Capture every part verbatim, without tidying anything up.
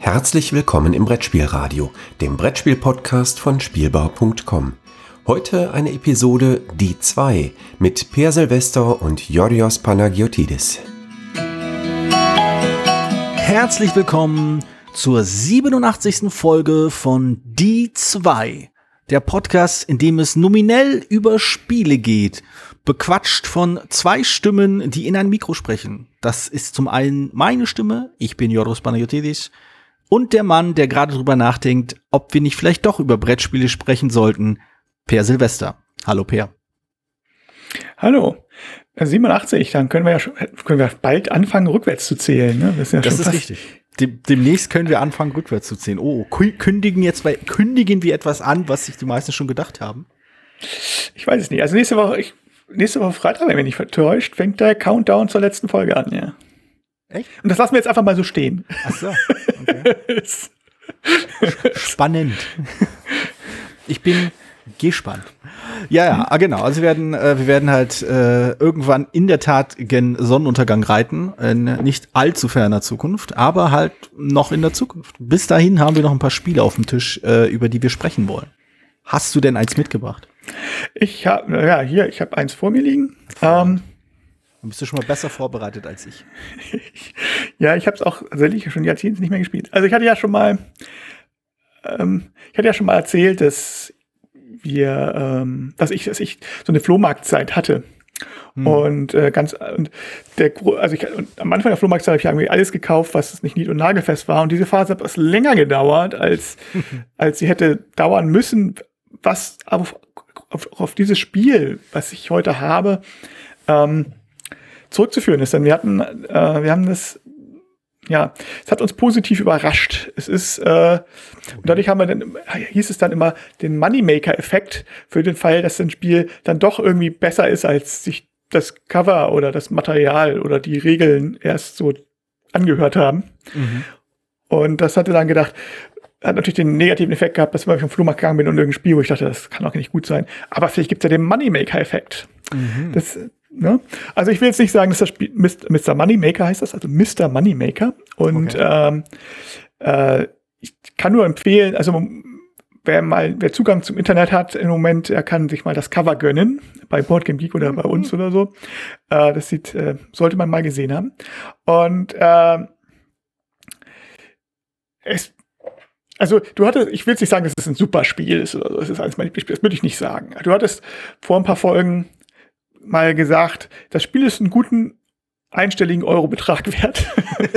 Herzlich willkommen im Brettspielradio, dem Brettspiel-Podcast von Spielbau punkt com. Heute eine Episode Die zwei mit Per Silvester und Yorios Panagiotidis. Herzlich willkommen zur siebenundachtzigsten Folge von Die zwei, der Podcast, in dem es nominell über Spiele geht, bequatscht von zwei Stimmen, die in ein Mikro sprechen. Das ist zum einen meine Stimme, ich bin Yorios Panagiotidis, und der Mann, der gerade drüber nachdenkt, ob wir nicht vielleicht doch über Brettspiele sprechen sollten, Per Silvester. Hallo Per. Hallo. siebenundachtzig, dann können wir ja schon, können wir bald anfangen, rückwärts zu zählen. Ne? Das ist, ja das ist richtig. Dem, demnächst können wir anfangen, rückwärts zu zählen. Oh, kündigen jetzt, weil, kündigen wir etwas an, was sich die meisten schon gedacht haben? Ich weiß es nicht. Also nächste Woche, ich, nächste Woche Freitag, wenn mich nicht vertäuscht, fängt der Countdown zur letzten Folge an, ja. Echt? Und das lassen wir jetzt einfach mal so stehen. Ach so, okay. Spannend. Ich bin gespannt. Ja, ja, ah, genau. Also wir werden, äh, wir werden halt äh, irgendwann in der Tat gen Sonnenuntergang reiten, in nicht allzu ferner Zukunft, aber halt noch in der Zukunft. Bis dahin haben wir noch ein paar Spiele auf dem Tisch, äh, über die wir sprechen wollen. Hast du denn eins mitgebracht? Ich habe, ja, hier, ich habe eins vor mir liegen. Ähm, Dann bist du schon mal besser vorbereitet als ich. Ja, ich habe es auch tatsächlich schon Jahrzehnte nicht mehr gespielt. Also ich hatte ja schon mal, ähm, ich hatte ja schon mal erzählt, dass wir, ähm, dass ich, dass ich so eine Flohmarktzeit hatte. Hm. Und äh, ganz, und der, also ich, und am Anfang der Flohmarktzeit habe ich irgendwie alles gekauft, was nicht nied- und nagelfest war. Und diese Phase hat etwas länger gedauert, als, als sie hätte dauern müssen, was auf, auf, auf dieses Spiel, was ich heute habe, ähm, zurückzuführen ist. Denn wir hatten, äh, wir haben das, ja, es hat uns positiv überrascht. Es ist, äh, und dadurch haben wir dann, hieß es dann immer, den Moneymaker-Effekt für den Fall, dass ein Spiel dann doch irgendwie besser ist, als sich das Cover oder das Material oder die Regeln erst so angehört haben. Mhm. Und das hatte dann gedacht, hat natürlich den negativen Effekt gehabt, dass ich vom Flohmarkt gegangen bin und irgendein Spiel, wo ich dachte, das kann doch nicht gut sein. Aber vielleicht gibt es ja den Moneymaker-Effekt. Mhm. Das, ne? Also ich will jetzt nicht sagen, dass das Spiel Mister Moneymaker heißt das, also Mister Moneymaker. Und okay. ähm, äh, ich kann nur empfehlen, also wer mal, wer Zugang zum Internet hat im Moment, er kann sich mal das Cover gönnen, bei Boardgame Geek oder bei uns oder so. Äh, das sieht, äh, sollte man mal gesehen haben. Und äh, es Also, du hattest, ich will jetzt nicht sagen, dass es ein super Spiel ist oder so, es ist eines meiner Lieblingsspiele, das würde ich nicht sagen. Du hattest vor ein paar Folgen mal gesagt, das Spiel ist einen guten einstelligen Euro-Betrag wert.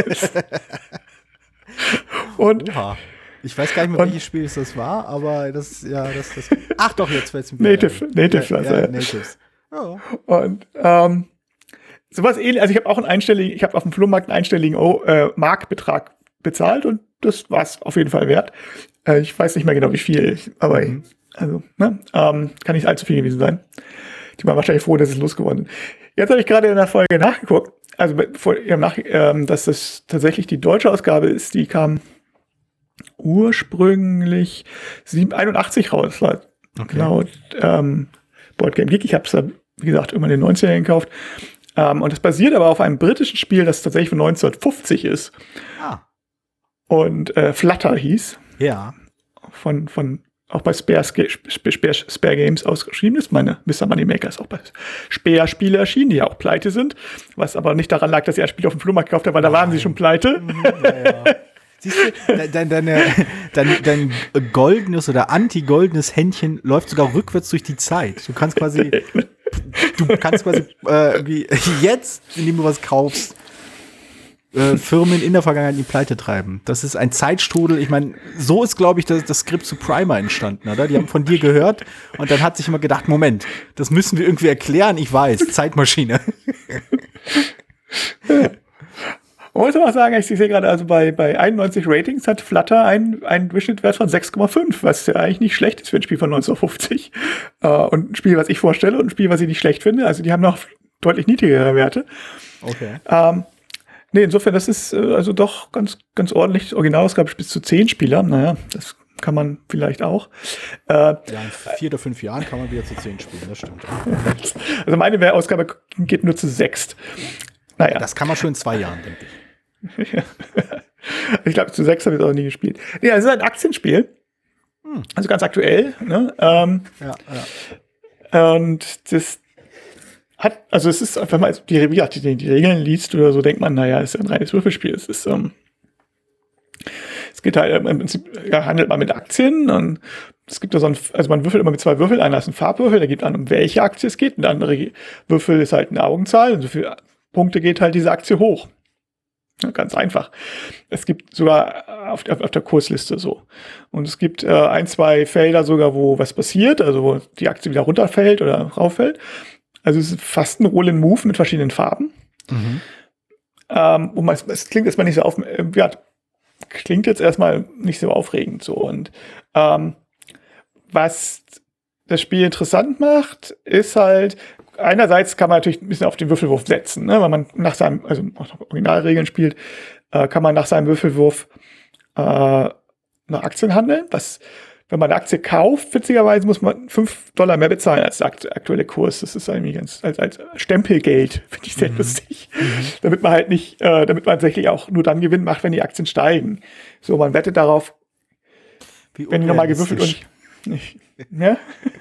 Und Oha. Ich weiß gar nicht mehr, welches Spiel das war, aber das, ja, das, das. Ach doch, jetzt fällt es mir Native, ein. Native, ja, also, ja, ja. Natives. Oh. Und, ähm, sowas ähnlich, also ich habe auch einen einstelligen, ich habe auf dem Flohmarkt einen einstelligen oh, äh, Markbetrag bezahlt und das war es auf jeden Fall wert. Äh, ich weiß nicht mehr genau, wie viel, aber mhm. also, ne, ähm, kann nicht allzu viel gewesen sein. Die waren wahrscheinlich froh, dass es losgeworden ist. Jetzt habe ich gerade in der Folge nachgeguckt, also vor, nach, ähm, dass das tatsächlich die deutsche Ausgabe ist, die kam ursprünglich einundachtzig raus, okay. Laut ähm, Boardgame Geek. Ich habe es, wie gesagt, immer in den neunzigern gekauft. Ähm, und es basiert aber auf einem britischen Spiel, das tatsächlich von neunzehnhundertfünfzig ist. Ah. Und äh, Flutter hieß. Ja. Von, von auch bei Spare, Spare, Spare Games ausgeschrieben ist. Meine Mister Moneymaker ist auch bei Spare Spiele erschienen, die ja auch pleite sind. Was aber nicht daran lag, dass ich ein Spiel auf dem Flohmarkt gekauft habe, weil Nein. da waren sie schon pleite. Mhm, ja, ja. Siehst du, dein, deine, dein, dein goldenes oder anti-goldenes Händchen läuft sogar rückwärts durch die Zeit. Du kannst quasi, du kannst quasi äh, wie jetzt, indem du was kaufst, äh, Firmen in der Vergangenheit in die Pleite treiben. Das ist ein Zeitstrudel. Ich meine, so ist, glaube ich, das, das Skript zu Primer entstanden, oder? Die haben von dir gehört und dann hat sich immer gedacht, Moment, das müssen wir irgendwie erklären. Ich weiß, Zeitmaschine. Ich wollte mal sagen, ich sehe gerade, also bei, bei einundneunzig Ratings hat Flutter einen, einen Durchschnittswert von sechs Komma fünf, was ja eigentlich nicht schlecht ist für ein Spiel von neunzehnhundertfünfzig. Äh, und ein Spiel, was ich vorstelle und ein Spiel, was ich nicht schlecht finde. Also die haben noch deutlich niedrigere Werte. Okay. Ähm, nee, insofern, das ist äh, also doch ganz, ganz ordentlich. Originalausgabe bis zu zehn Spieler. Naja, das kann man vielleicht auch. Äh, ja, in vier oder fünf Jahren kann man wieder zu zehn spielen, das stimmt. Also meine Ausgabe geht nur zu sechs. Naja. Das kann man schon in zwei Jahren, denke ich. Ich glaube, zu sechs habe ich es auch nie gespielt. Ja, es ist ein Aktienspiel. Hm. Also ganz aktuell. Ne? Ähm, ja, ja. Und das hat, also es ist, wenn man die, die, die Regeln liest oder so, denkt man, naja, es ist ein reines Würfelspiel. Es ist, ähm, es geht halt im Prinzip, ja, handelt man mit Aktien und es gibt da so ein, also man würfelt immer mit zwei Würfeln. Einer ist ein Farbwürfel, der gibt an, um welche Aktie es geht. Und der andere Würfel ist halt eine Augenzahl und so viele Punkte geht halt diese Aktie hoch. Ja, ganz einfach. Es gibt sogar auf der, auf der Kursliste so. Und es gibt äh, ein, zwei Felder sogar, wo was passiert, also wo die Aktie wieder runterfällt oder rauffällt. Also es ist fast ein Roll-and-Move mit verschiedenen Farben. Mhm. Ähm, und es, es klingt erstmal nicht so auf, äh, ja, klingt jetzt erstmal nicht so aufregend so. Und ähm, was das Spiel interessant macht, ist halt, einerseits kann man natürlich ein bisschen auf den Würfelwurf setzen, ne? Wenn man nach seinem, also nach Originalregeln spielt, äh, kann man nach seinem Würfelwurf äh, nach Aktien handeln. Was, wenn man eine Aktie kauft, witzigerweise muss man fünf Dollar mehr bezahlen als der aktuelle Kurs. Das ist irgendwie ganz, als, als Stempelgeld, finde ich sehr mhm. lustig. Mhm. Damit man halt nicht, äh, damit man tatsächlich auch nur dann Gewinn macht, wenn die Aktien steigen. So, man wettet darauf, Wie wenn die nochmal gewürfelt und nicht, ja?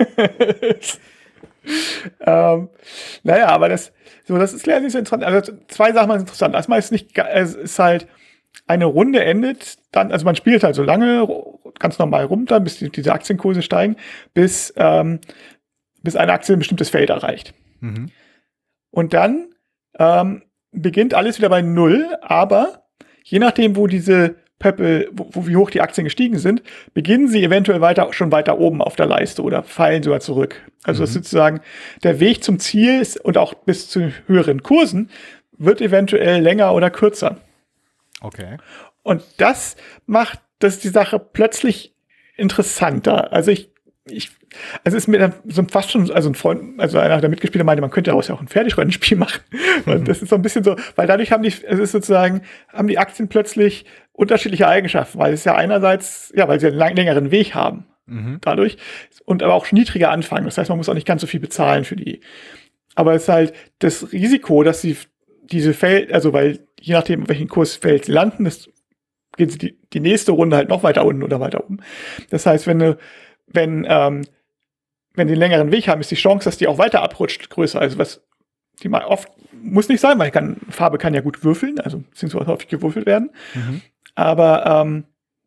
ähm, naja, aber das, so, das ist leider nicht so interessant. Also zwei Sachen sind interessant. Erstmal ist nicht, es ist halt, eine Runde endet dann, also man spielt halt so lange, ganz normal runter, bis die, diese Aktienkurse steigen, bis, ähm, bis eine Aktie ein bestimmtes Feld erreicht. Mhm. Und dann ähm, beginnt alles wieder bei Null, aber je nachdem, wo diese Pöppel, wo, wo wie hoch die Aktien gestiegen sind, beginnen sie eventuell weiter, schon weiter oben auf der Leiste oder fallen sogar zurück. Also mhm. das ist sozusagen der Weg zum Ziel ist, und auch bis zu höheren Kursen wird eventuell länger oder kürzer. Okay. Und das macht das die Sache plötzlich interessanter. Also ich, ich, also es ist mir so fast schon, also ein Freund, also einer der Mitspieler meinte, man könnte daraus ja auch ein Pferderennspiel machen. Mhm. Und das ist so ein bisschen so, weil dadurch haben die, es ist sozusagen, haben die Aktien plötzlich unterschiedliche Eigenschaften, weil es ja einerseits, ja, weil sie einen lang, längeren Weg haben. Mhm. Dadurch. Und aber auch niedriger anfangen. Das heißt, man muss auch nicht ganz so viel bezahlen für die. Aber es ist halt das Risiko, dass sie diese Feld, also weil je nachdem, auf welchen Kursfeld sie landen, das gehen sie die, die nächste Runde halt noch weiter unten oder weiter oben. Das heißt, wenn eine, wenn, ähm, wenn sie einen längeren Weg haben, ist die Chance, dass die auch weiter abrutscht, größer. Also was die mal oft muss nicht sein, weil kann, Farbe kann ja gut würfeln, also beziehungsweise häufig gewürfelt werden. Mhm. Aber ähm,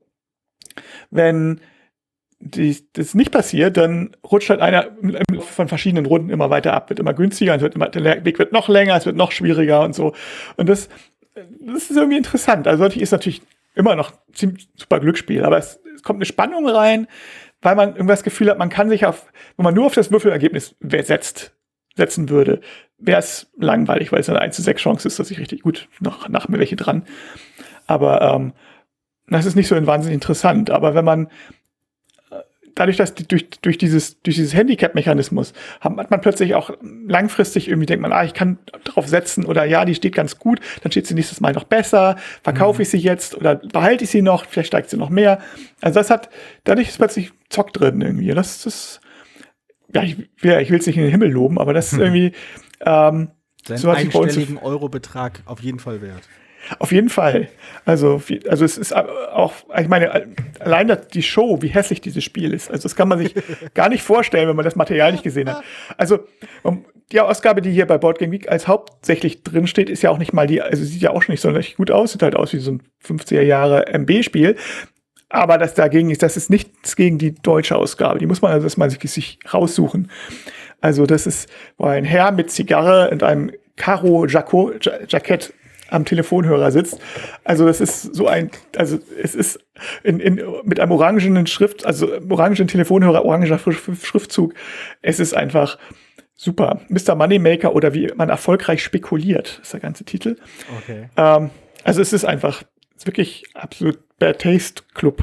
wenn die, das nicht passiert, dann rutscht halt einer von verschiedenen Runden immer weiter ab, wird immer günstiger, es wird immer, der Weg wird noch länger, es wird noch schwieriger und so. Und das, das ist irgendwie interessant. Also ist natürlich immer noch ziemlich super Glücksspiel, aber es, es kommt eine Spannung rein, weil man irgendwas das Gefühl hat, man kann sich auf, wenn man nur auf das Würfelergebnis setzt, setzen würde, wäre es langweilig, weil es eine eins zu sechs Chance ist, dass ich richtig gut noch nach mir welche dran. Aber ähm, das ist nicht so wahnsinnig interessant. Aber wenn man dadurch, dass die, durch, durch dieses, durch dieses Handicap-Mechanismus hat man plötzlich auch langfristig irgendwie denkt man, ah, ich kann drauf setzen oder ja, die steht ganz gut, dann steht sie nächstes Mal noch besser, verkaufe mhm. ich sie jetzt oder behalte ich sie noch, vielleicht steigt sie noch mehr. Also das hat, dadurch ist plötzlich Zock drin irgendwie. Das ist, ja, ich, ja, ich will es nicht in den Himmel loben, aber das ist irgendwie ähm, seinen so einstelligen Eurobetrag auf jeden Fall wert. Auf jeden Fall. Also, also es ist auch, ich meine, allein die Show, wie hässlich dieses Spiel ist. Also das kann man sich gar nicht vorstellen, wenn man das Material nicht gesehen hat. Also die Ausgabe, die hier bei Board Game Geek als hauptsächlich drin steht, ist ja auch nicht mal die, also sieht ja auch schon nicht sonderlich gut aus, sieht halt aus wie so ein fünfziger Jahre M B-Spiel. Aber das dagegen ist, das ist nichts gegen die deutsche Ausgabe. Die muss man also erstmal sich, sich raussuchen. Also das ist, wo ein Herr mit Zigarre und einem Karo-Jackett am Telefonhörer sitzt. Also das ist so ein, also es ist in, in, mit einem orangenen Schrift, also orangenen Telefonhörer, oranger Schriftzug. Es ist einfach super. Mister Moneymaker oder wie man erfolgreich spekuliert, ist der ganze Titel. Okay. Ähm, also es ist einfach es ist wirklich absolut Bad Taste Club.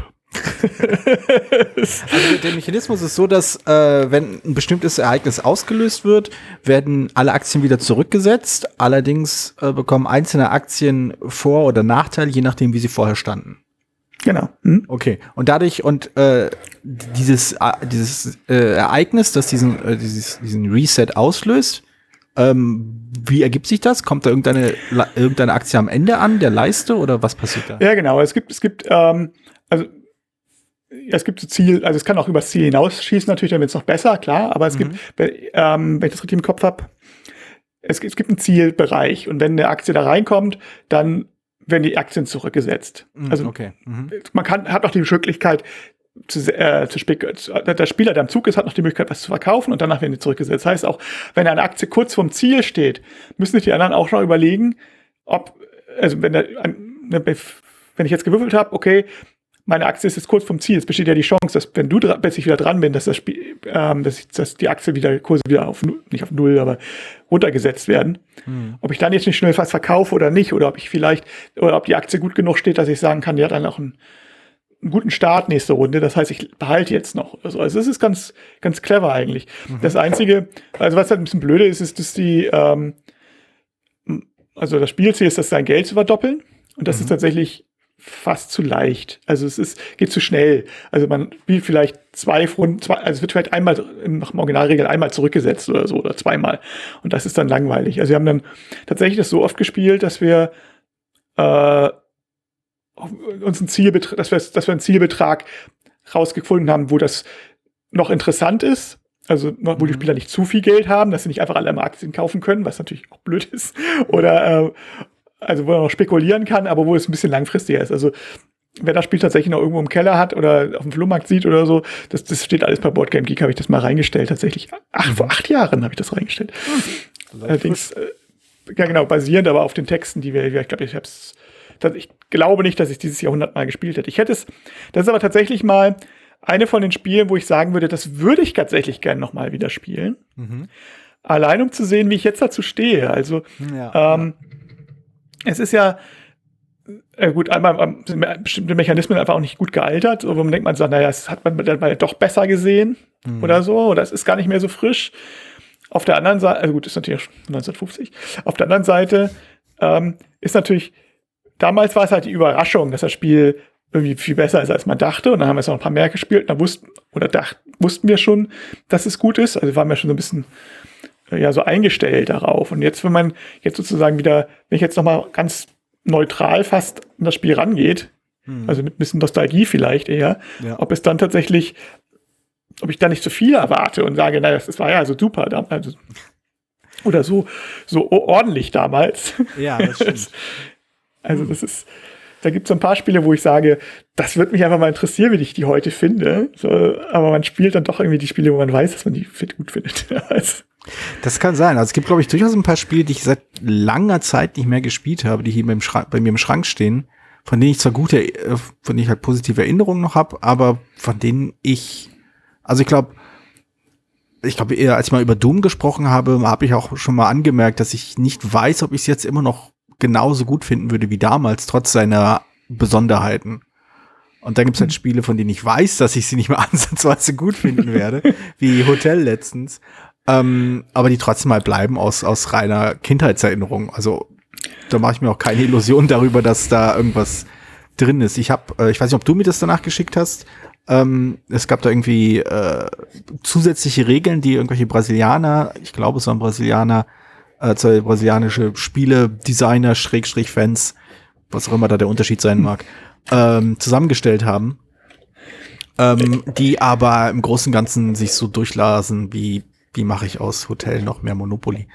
Also der Mechanismus ist so, dass äh, wenn ein bestimmtes Ereignis ausgelöst wird, werden alle Aktien wieder zurückgesetzt. Allerdings äh, bekommen einzelne Aktien Vor- oder Nachteil, je nachdem, wie sie vorher standen. Genau. Hm? Okay. Und dadurch und äh, dieses äh, dieses äh, Ereignis, das diesen äh, dieses, diesen Reset auslöst, Ähm, wie ergibt sich das? Kommt da irgendeine, irgendeine Aktie am Ende an, der Leiste, oder was passiert da? Ja, genau. Es gibt, es gibt, ähm, also ja, es gibt so Ziel, also es kann auch übers Ziel hinausschießen, natürlich, dann wird es noch besser, klar, aber es mhm. gibt, ähm, wenn ich das richtig im Kopf habe, es, es gibt einen Zielbereich und wenn eine Aktie da reinkommt, dann werden die Aktien zurückgesetzt. Mhm, also okay. mhm. man kann, hat noch die Möglichkeit, zu, äh, zu der Spieler, der am Zug ist, hat noch die Möglichkeit, was zu verkaufen und danach werden die zurückgesetzt. Das heißt auch, wenn eine Aktie kurz vorm Ziel steht, müssen sich die anderen auch noch überlegen, ob, also wenn, der, wenn ich jetzt gewürfelt habe, okay, meine Aktie ist jetzt kurz vom Ziel, es besteht ja die Chance, dass wenn du dra- bis ich wieder dran bin, dass das Spiel, ähm, dass, ich, dass die Aktie wieder, Kurse wieder auf, nicht auf Null, aber runtergesetzt werden. Hm. Ob ich dann jetzt nicht schnell was verkaufe oder nicht, oder ob ich vielleicht, oder ob die Aktie gut genug steht, dass ich sagen kann, die hat dann auch einen, einen guten Start nächste Runde, das heißt, ich behalte jetzt noch. Also, also das ist ganz, ganz clever eigentlich. Mhm. Das Einzige, also was halt ein bisschen blöde ist, ist, dass die, ähm, also das Spielziel ist, dass sein Geld zu verdoppeln, und das mhm. ist tatsächlich fast zu leicht. Also es ist, geht zu schnell. Also man spielt vielleicht zwei Runden, zwei, also es wird vielleicht einmal nach dem Originalregel einmal zurückgesetzt oder so, oder zweimal. Und das ist dann langweilig. Also wir haben dann tatsächlich das so oft gespielt, dass wir äh, uns ein Zielbetrag, dass wir, dass wir einen Zielbetrag rausgefunden haben, wo das noch interessant ist. Also wo mhm. die Spieler nicht zu viel Geld haben, dass sie nicht einfach alle am Aktien kaufen können, was natürlich auch blöd ist. Oder äh, also wo er noch spekulieren kann, aber wo es ein bisschen langfristiger ist. Also wer das Spiel tatsächlich noch irgendwo im Keller hat oder auf dem Flohmarkt sieht oder so, das, das steht alles bei Boardgame Geek, habe ich das mal reingestellt tatsächlich. Ach, vor acht Jahren habe ich das reingestellt. Mhm. Allerdings, äh, ja genau, basierend aber auf den Texten, die wir, ich glaube, ich habe es, ich glaube nicht, dass ich dieses Jahrhundert mal gespielt hätte. Ich hätte es, das ist aber tatsächlich mal eine von den Spielen, wo ich sagen würde, das würde ich tatsächlich gerne noch mal wieder spielen. Mhm. Allein um zu sehen, wie ich jetzt dazu stehe. Also, ja, ähm, ja. Es ist ja, äh gut, einmal sind bestimmte Mechanismen einfach auch nicht gut gealtert, wo man denkt, man sagt, naja, das hat man dann mal doch besser gesehen mhm. oder so, oder es ist gar nicht mehr so frisch. Auf der anderen Seite, also gut, ist natürlich neunzehnhundertfünfzig, auf der anderen Seite ähm, ist natürlich, damals war es halt die Überraschung, dass das Spiel irgendwie viel besser ist, als man dachte, und dann haben wir es noch ein paar mehr gespielt, und dann wussten, oder dacht, wussten wir schon, dass es gut ist, also waren wir schon so ein bisschen ja so eingestellt darauf. Und jetzt, wenn man jetzt sozusagen wieder, wenn ich jetzt noch mal ganz neutral fast an das Spiel rangeht, hm. also mit ein bisschen Nostalgie vielleicht eher, ja. ob es dann tatsächlich, ob ich da nicht zu viel erwarte und sage, naja, das war ja so super damals. Oder so, so ordentlich damals. Ja, das stimmt. Also das ist, da gibt es so ein paar Spiele, wo ich sage, das würde mich einfach mal interessieren, wie ich die heute finde. So, aber man spielt dann doch irgendwie die Spiele, wo man weiß, dass man die gut findet. Also, das kann sein. Also es gibt, glaube ich, durchaus ein paar Spiele, die ich seit langer Zeit nicht mehr gespielt habe, die hier bei, Schrank, bei mir im Schrank stehen, von denen ich zwar gute, von denen ich halt positive Erinnerungen noch habe, aber von denen ich, also ich glaube, ich glaube, eher als ich mal über Doom gesprochen habe, habe ich auch schon mal angemerkt, dass ich nicht weiß, ob ich es jetzt immer noch genauso gut finden würde wie damals, trotz seiner Besonderheiten. Und dann gibt es halt Spiele, von denen ich weiß, dass ich sie nicht mehr ansatzweise gut finden werde, wie Hotel letztens. Ähm, aber die trotzdem mal bleiben aus, aus reiner Kindheitserinnerung. Also da mache ich mir auch keine Illusion darüber, dass da irgendwas drin ist. Ich habe, äh, ich weiß nicht, ob du mir das danach geschickt hast. Ähm, es gab da irgendwie äh, zusätzliche Regeln, die irgendwelche Brasilianer, ich glaube es waren Brasilianer, äh, zwei brasilianische Spiele-Designer, Schrägstrich Fans, was auch immer da der Unterschied sein mag, ähm, zusammengestellt haben. Ähm, die aber im Großen und Ganzen sich so durchlasen wie wie mache ich aus Hotel noch mehr Monopoly.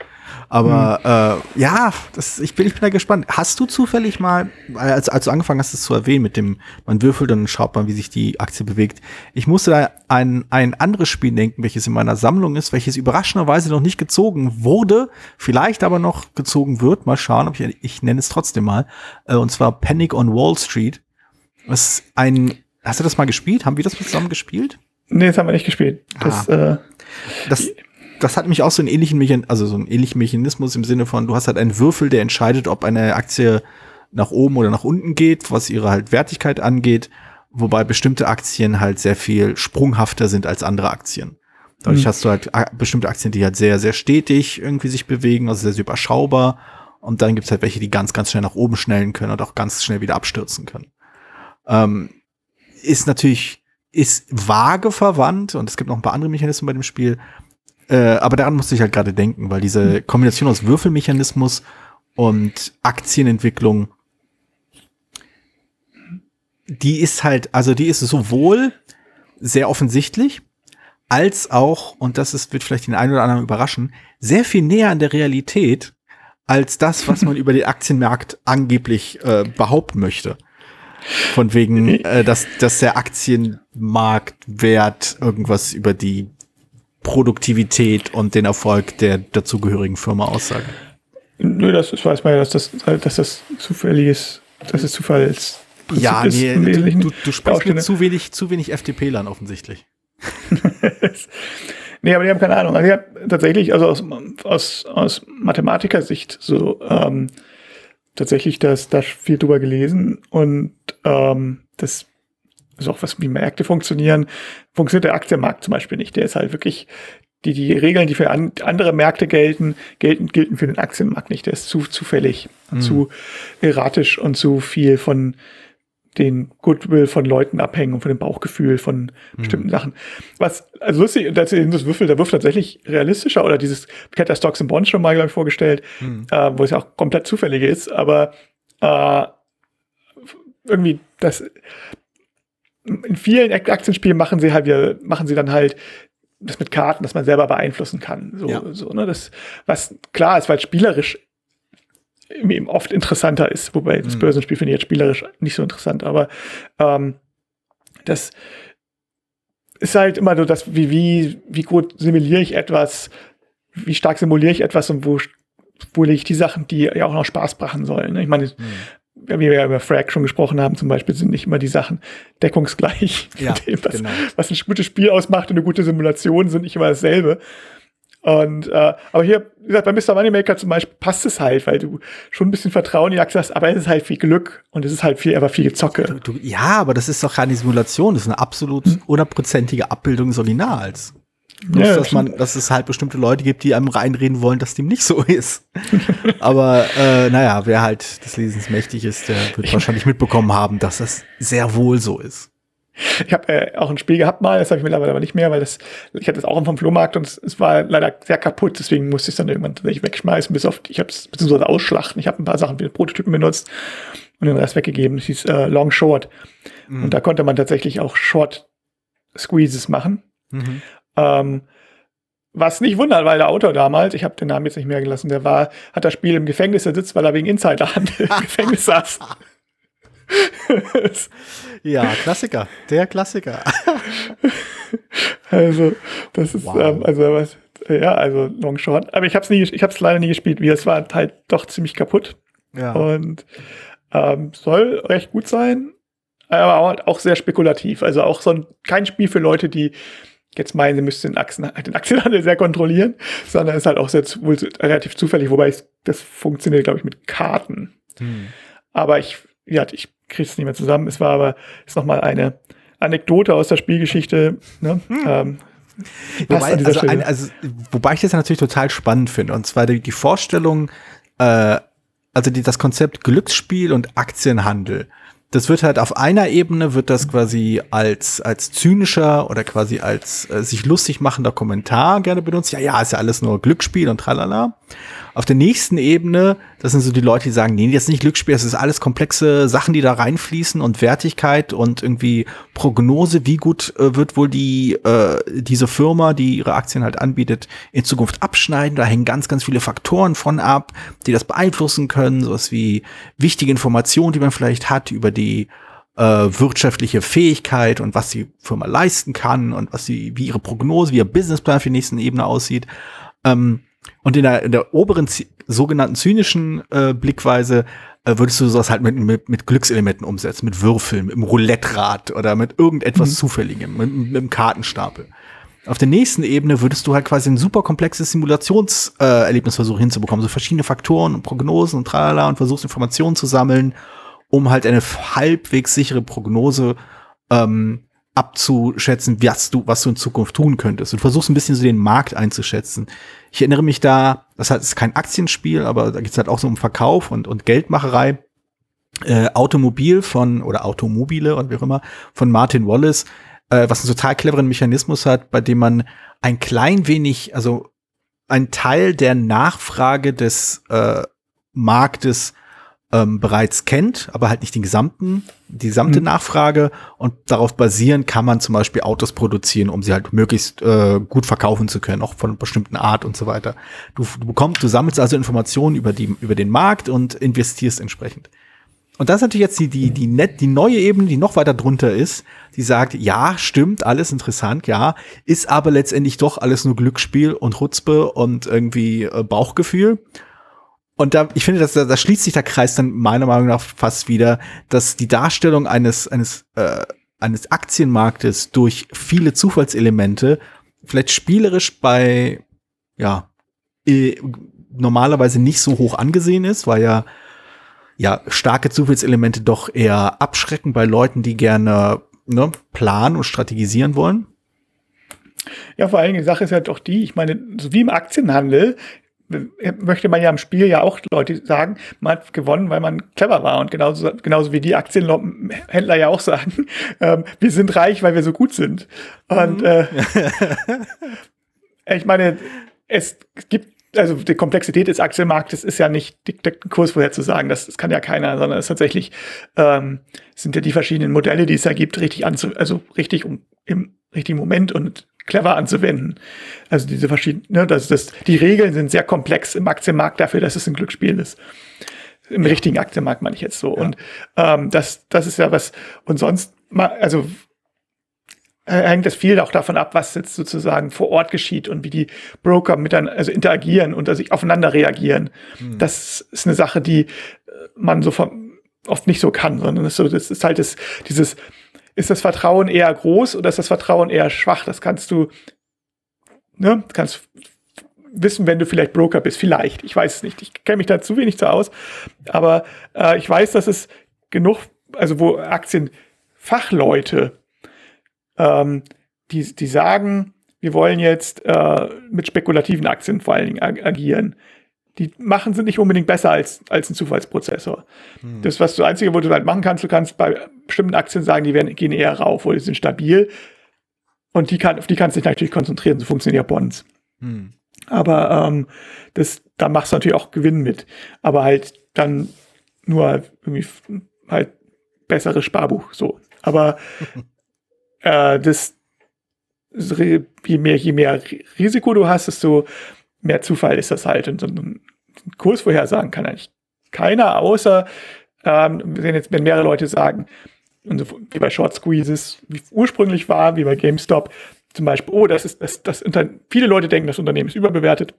Aber hm. äh, ja, das, ich, bin, ich bin da gespannt. Hast du zufällig mal, als, als du angefangen hast, das zu erwähnen, mit dem, man würfelt und dann schaut man, wie sich die Aktie bewegt. Ich musste da an ein anderes Spiel denken, welches in meiner Sammlung ist, welches überraschenderweise noch nicht gezogen wurde, vielleicht aber noch gezogen wird. Mal schauen, ob ich, ich nenne es trotzdem mal. Äh, und zwar Panic on Wall Street. Das ist ein, hast du das mal gespielt? Haben wir das zusammen gespielt? Nee, das haben wir nicht gespielt. Das, ah. äh, das Das hat nämlich auch so einen ähnlichen Mechan- also so einen ähnlichen Mechanismus im Sinne von, du hast halt einen Würfel, der entscheidet, ob eine Aktie nach oben oder nach unten geht, was ihre halt Wertigkeit angeht, wobei bestimmte Aktien halt sehr viel sprunghafter sind als andere Aktien. Dadurch mhm. hast du halt a- bestimmte Aktien, die halt sehr, sehr stetig irgendwie sich bewegen, also sehr, sehr überschaubar. Und dann gibt's halt welche, die ganz, ganz schnell nach oben schnellen können und auch ganz schnell wieder abstürzen können. Ähm, ist natürlich, ist vage verwandt, und es gibt noch ein paar andere Mechanismen bei dem Spiel, Äh, aber daran musste ich halt gerade denken, weil diese Kombination aus Würfelmechanismus und Aktienentwicklung, die ist halt, also die ist sowohl sehr offensichtlich, als auch, und das ist, wird vielleicht den einen oder anderen überraschen, sehr viel näher an der Realität als das, was man über den Aktienmarkt angeblich äh, behaupten möchte. Von wegen, äh, dass, dass der Aktienmarktwert irgendwas über die Produktivität und den Erfolg der dazugehörigen Firma aussagt. Nö, das ist, weiß man ja, dass das, dass das zufällig ist, dass es Zufall ist. Ja, ist nee, du, du, du sprichst mit zu wenig, zu wenig F D P-Lern offensichtlich. Nee, aber die haben keine Ahnung. Also, die haben tatsächlich, also aus, aus, aus Mathematiker-Sicht so, ähm, tatsächlich das, da viel drüber gelesen und, ähm, das ist auch was, wie Märkte funktionieren, funktioniert der Aktienmarkt zum Beispiel nicht. Der ist halt wirklich, die, die Regeln, die für an, andere Märkte gelten, gelten, gelten für den Aktienmarkt nicht. Der ist zu zufällig, mhm. zu erratisch und zu viel von den Goodwill von Leuten abhängen und von dem Bauchgefühl von mhm. bestimmten Sachen. Was, also lustig, das, das Würfel, der wirft tatsächlich realistischer, oder dieses, ich hatte das Stocks and Bonds schon mal, glaube ich, vorgestellt, mhm. äh, wo es ja auch komplett zufällig ist, aber äh, irgendwie das, in vielen Aktienspielen machen sie halt wieder, machen sie dann halt das mit Karten, dass man selber beeinflussen kann. So, ja. so, ne, das, was klar ist, weil spielerisch eben oft interessanter ist, wobei das Börsenspiel finde ich jetzt spielerisch nicht so interessant, aber ähm, das ist halt immer so, dass wie, wie, wie gut simuliere ich etwas, wie stark simuliere ich etwas und wo, wo lege ich die Sachen, die ja auch noch Spaß machen sollen. Ich meine, mhm. wie wir ja über Frag schon gesprochen haben, zum Beispiel, sind nicht immer die Sachen deckungsgleich. Ja, dem, was, genau. was ein gutes Spiel ausmacht und eine gute Simulation sind nicht immer dasselbe. Und äh, aber hier, wie gesagt, bei Mister Moneymaker zum Beispiel passt es halt, weil du schon ein bisschen Vertrauen in die Aktie hast, aber es ist halt viel Glück und es ist halt viel, aber viel Gezocke. Du, du, ja, aber das ist doch keine Simulation, das ist eine absolut hundertprozentige Abbildung des Originals. Bloß, ja, dass man, dass es halt bestimmte Leute gibt, die einem reinreden wollen, dass dem nicht so ist. Aber äh, naja, wer halt des Lesens mächtig ist, der wird ich wahrscheinlich mitbekommen haben, dass das sehr wohl so ist. Ich habe äh, auch ein Spiel gehabt mal, das habe ich mittlerweile aber nicht mehr, weil das, ich hatte das auch vom Flohmarkt und es, es war leider sehr kaputt, deswegen musste ich es dann irgendwann tatsächlich wegschmeißen, bis auf, ich habe es beziehungsweise ausschlachten. Ich habe ein paar Sachen für Prototypen benutzt und den Rest weggegeben. Das hieß äh, Long Short. Mhm. Und da konnte man tatsächlich auch Short Squeezes machen. Mhm. Ähm, was nicht wundert, weil der Autor damals, ich habe den Namen jetzt nicht mehr gelassen, der war, hat das Spiel im Gefängnis sitzt, weil er wegen Insiderhandel im Gefängnis saß. Ja, Klassiker, der Klassiker. Also, das ist, wow. ähm, also, was, ja, also Long Short. Aber ich habe es nie, ich habe es leider nie gespielt, wie es war halt doch ziemlich kaputt. Ja. Und ähm, soll recht gut sein, aber auch, auch sehr spekulativ. Also auch so ein, kein Spiel für Leute, die jetzt meinen, sie müssten den, Aktien, den Aktienhandel sehr kontrollieren, sondern es ist halt auch sehr, wohl relativ zufällig, wobei ich, das funktioniert, glaube ich, mit Karten. Hm. Aber ich, ja, ich kriege es nicht mehr zusammen. Es war aber, ist nochmal eine Anekdote aus der Spielgeschichte. Ne? Hm. Ähm, wobei, also ein, also, wobei ich das natürlich total spannend finde. Und zwar die, die Vorstellung, äh, also die, das Konzept Glücksspiel und Aktienhandel. Das wird halt auf einer Ebene, wird das quasi als als zynischer oder quasi als äh, sich lustig machender Kommentar gerne benutzt. Ja, ja, ist ja alles nur Glücksspiel und tralala. Auf der nächsten Ebene, das sind so die Leute, die sagen, nee, das ist nicht Glücksspiel, das ist alles komplexe Sachen, die da reinfließen und Wertigkeit und irgendwie Prognose, wie gut äh, wird wohl die äh, diese Firma, die ihre Aktien halt anbietet, in Zukunft abschneiden. Da hängen ganz, ganz viele Faktoren von ab, die das beeinflussen können, sowas wie wichtige Informationen, die man vielleicht hat über die äh, wirtschaftliche Fähigkeit und was die Firma leisten kann und was sie, wie ihre Prognose, wie ihr Businessplan für die nächsten Ebene aussieht. Ähm, Und in der, in der oberen sogenannten zynischen äh, Blickweise äh, würdest du sowas halt mit, mit, mit Glückselementen umsetzen, mit Würfeln, mit einem Roulette-Rad oder mit irgendetwas mhm. Zufälligem, mit, mit einem Kartenstapel. Auf der nächsten Ebene würdest du halt quasi ein super komplexes Simulationserlebnis äh, versuchen hinzubekommen, so verschiedene Faktoren und Prognosen und tralala und versuchst Informationen zu sammeln, um halt eine halbwegs sichere Prognose ähm, abzuschätzen, was du, was du in Zukunft tun könntest. Du versuchst ein bisschen so den Markt einzuschätzen. Ich erinnere mich da, das ist kein Aktienspiel, aber da geht es halt auch so um Verkauf und, und Geldmacherei. Äh, Automobil von, oder Automobile oder wie auch immer, von Martin Wallace. äh, was einen total cleveren Mechanismus hat, bei dem man ein klein wenig, also ein Teil der Nachfrage des äh, Marktes ähm, bereits kennt, aber halt nicht den gesamten, die gesamte mhm. Nachfrage, und darauf basierend kann man zum Beispiel Autos produzieren, um sie halt möglichst äh, gut verkaufen zu können, auch von einer bestimmten Art und so weiter. Du, du bekommst, du sammelst also Informationen über die, über den Markt und investierst entsprechend. Und das ist natürlich jetzt die, die, die, net, die neue Ebene, die noch weiter drunter ist, die sagt, ja, stimmt, alles interessant, ja, ist aber letztendlich doch alles nur Glücksspiel und Chutzpe und irgendwie äh, Bauchgefühl. Und da, ich finde, dass da, da schließt sich der Kreis dann meiner Meinung nach fast wieder, dass die Darstellung eines, eines, äh, eines Aktienmarktes durch viele Zufallselemente vielleicht spielerisch bei, ja, äh, normalerweise nicht so hoch angesehen ist, weil ja, ja, starke Zufallselemente doch eher abschrecken bei Leuten, die gerne, ne, planen und strategisieren wollen. Ja, vor allen Dingen, die Sache ist ja doch die, ich meine, so wie im Aktienhandel, möchte man ja im Spiel ja auch Leute sagen, man hat gewonnen, weil man clever war. Und genauso, genauso wie die Aktienhändler ja auch sagen, ähm, wir sind reich, weil wir so gut sind. Und äh, ich meine, es gibt, also die Komplexität des Aktienmarktes ist ja nicht der Kurs vorherzusagen, das, das kann ja keiner, sondern es ist tatsächlich, ähm, sind ja die verschiedenen Modelle, die es da gibt, richtig anzu, also richtig um, im richtigen Moment und clever anzuwenden. Also diese verschiedenen, ne, das, das, die Regeln sind sehr komplex im Aktienmarkt dafür, dass es ein Glücksspiel ist. Im ja. richtigen Aktienmarkt meine ich jetzt so. Ja. Und ähm, das, das ist ja was, und sonst, also hängt das viel auch davon ab, was jetzt sozusagen vor Ort geschieht und wie die Broker miteinander, also interagieren und also aufeinander reagieren. Hm. Das ist eine Sache, die man so von, oft nicht so kann, sondern das ist, so, das ist halt das, dieses, ist das Vertrauen eher groß oder ist das Vertrauen eher schwach? Das kannst du, ne, kannst wissen, wenn du vielleicht Broker bist. Vielleicht, ich weiß es nicht. Ich kenne mich da zu wenig zu aus. Aber äh, ich weiß, dass es genug, also wo Aktienfachleute, ähm, die, die sagen, wir wollen jetzt äh, mit spekulativen Aktien vor allen Dingen ag- agieren. Die machen sind nicht unbedingt besser als, als ein Zufallsprozessor. Hm. Das, was du Einzige, wo du halt machen kannst, du kannst bei bestimmten Aktien sagen, die werden, gehen eher rauf oder die sind stabil. Und die kann, auf die kannst du dich natürlich konzentrieren, so funktionieren ja Bonds. Hm. Aber ähm, das, da machst du natürlich auch Gewinn mit. Aber halt dann nur irgendwie halt besseres Sparbuch, so. Aber äh, das, je mehr, je mehr Risiko du hast, desto mehr Zufall ist das halt. Und so einen Kurs vorhersagen kann eigentlich keiner, außer ähm, wenn jetzt wenn mehrere Leute sagen, und so, wie bei Short Squeezes, wie es ursprünglich war, wie bei GameStop, zum Beispiel, oh, das ist das, das Unter- viele Leute denken, das Unternehmen ist überbewertet.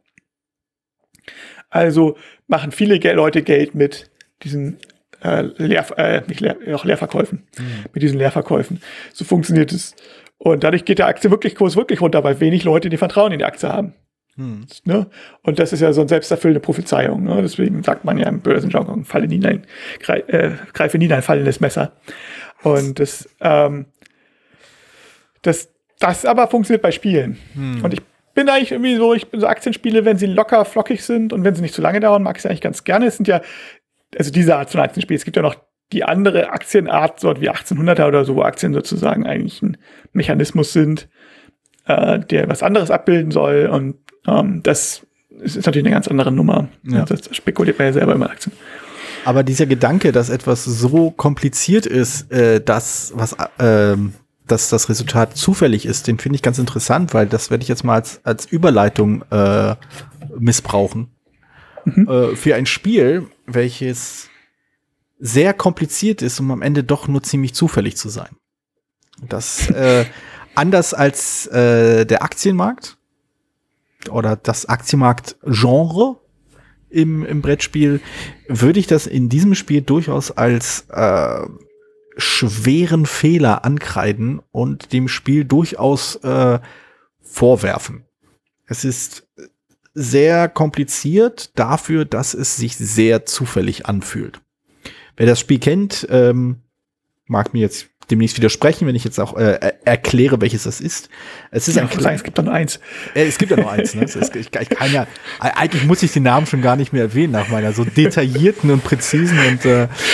Also machen viele Ge- Leute Geld mit diesen äh, Leer, äh, nicht Leer, auch Leerverkäufen, mhm. mit diesen Leerverkäufen. So funktioniert es. Und dadurch geht der Aktienkurs wirklich runter, weil wenig Leute die Vertrauen in die Aktie haben. Hm. Ne? Und das ist ja so eine selbsterfüllende Prophezeiung. Ne? Deswegen sagt man ja im Börsenjargon, falle nie ein, greif, äh, greife nie ein fallendes Messer. Und das, ähm, das, das aber funktioniert bei Spielen. Hm. Und ich bin eigentlich irgendwie so, ich bin so Aktienspiele, wenn sie locker, flockig sind und wenn sie nicht zu lange dauern, mag ich sie eigentlich ganz gerne. Es sind ja, also diese Art von Aktienspiel. Es gibt ja noch die andere Aktienart, so wie achtzehnhunderter oder so, wo Aktien sozusagen eigentlich ein Mechanismus sind, äh, der was anderes abbilden soll. Und ähm, das ist natürlich eine ganz andere Nummer. Ja. Das spekuliert man ja selber immer Aktien. Aber dieser Gedanke, dass etwas so kompliziert ist, äh, dass was äh, dass das Resultat zufällig ist, den finde ich ganz interessant, weil das werde ich jetzt mal als, als Überleitung äh, missbrauchen. Mhm. Äh, für ein Spiel, welches sehr kompliziert ist, um am Ende doch nur ziemlich zufällig zu sein. Das äh, anders als äh, der Aktienmarkt oder das Aktienmarkt-Genre im, im Brettspiel, würde ich das in diesem Spiel durchaus als äh, schweren Fehler ankreiden und dem Spiel durchaus äh, vorwerfen. Es ist sehr kompliziert dafür, dass es sich sehr zufällig anfühlt. Wer das Spiel kennt, ähm, mag mir jetzt demnächst widersprechen, wenn ich jetzt auch äh, erkläre, welches das ist. Es ist ja, ein kleines. Es gibt da nur eins. Äh, es gibt ja nur eins. Ne? Es ist, ich, ich kann ja, eigentlich muss ich den Namen schon gar nicht mehr erwähnen nach meiner so detaillierten und präzisen und äh,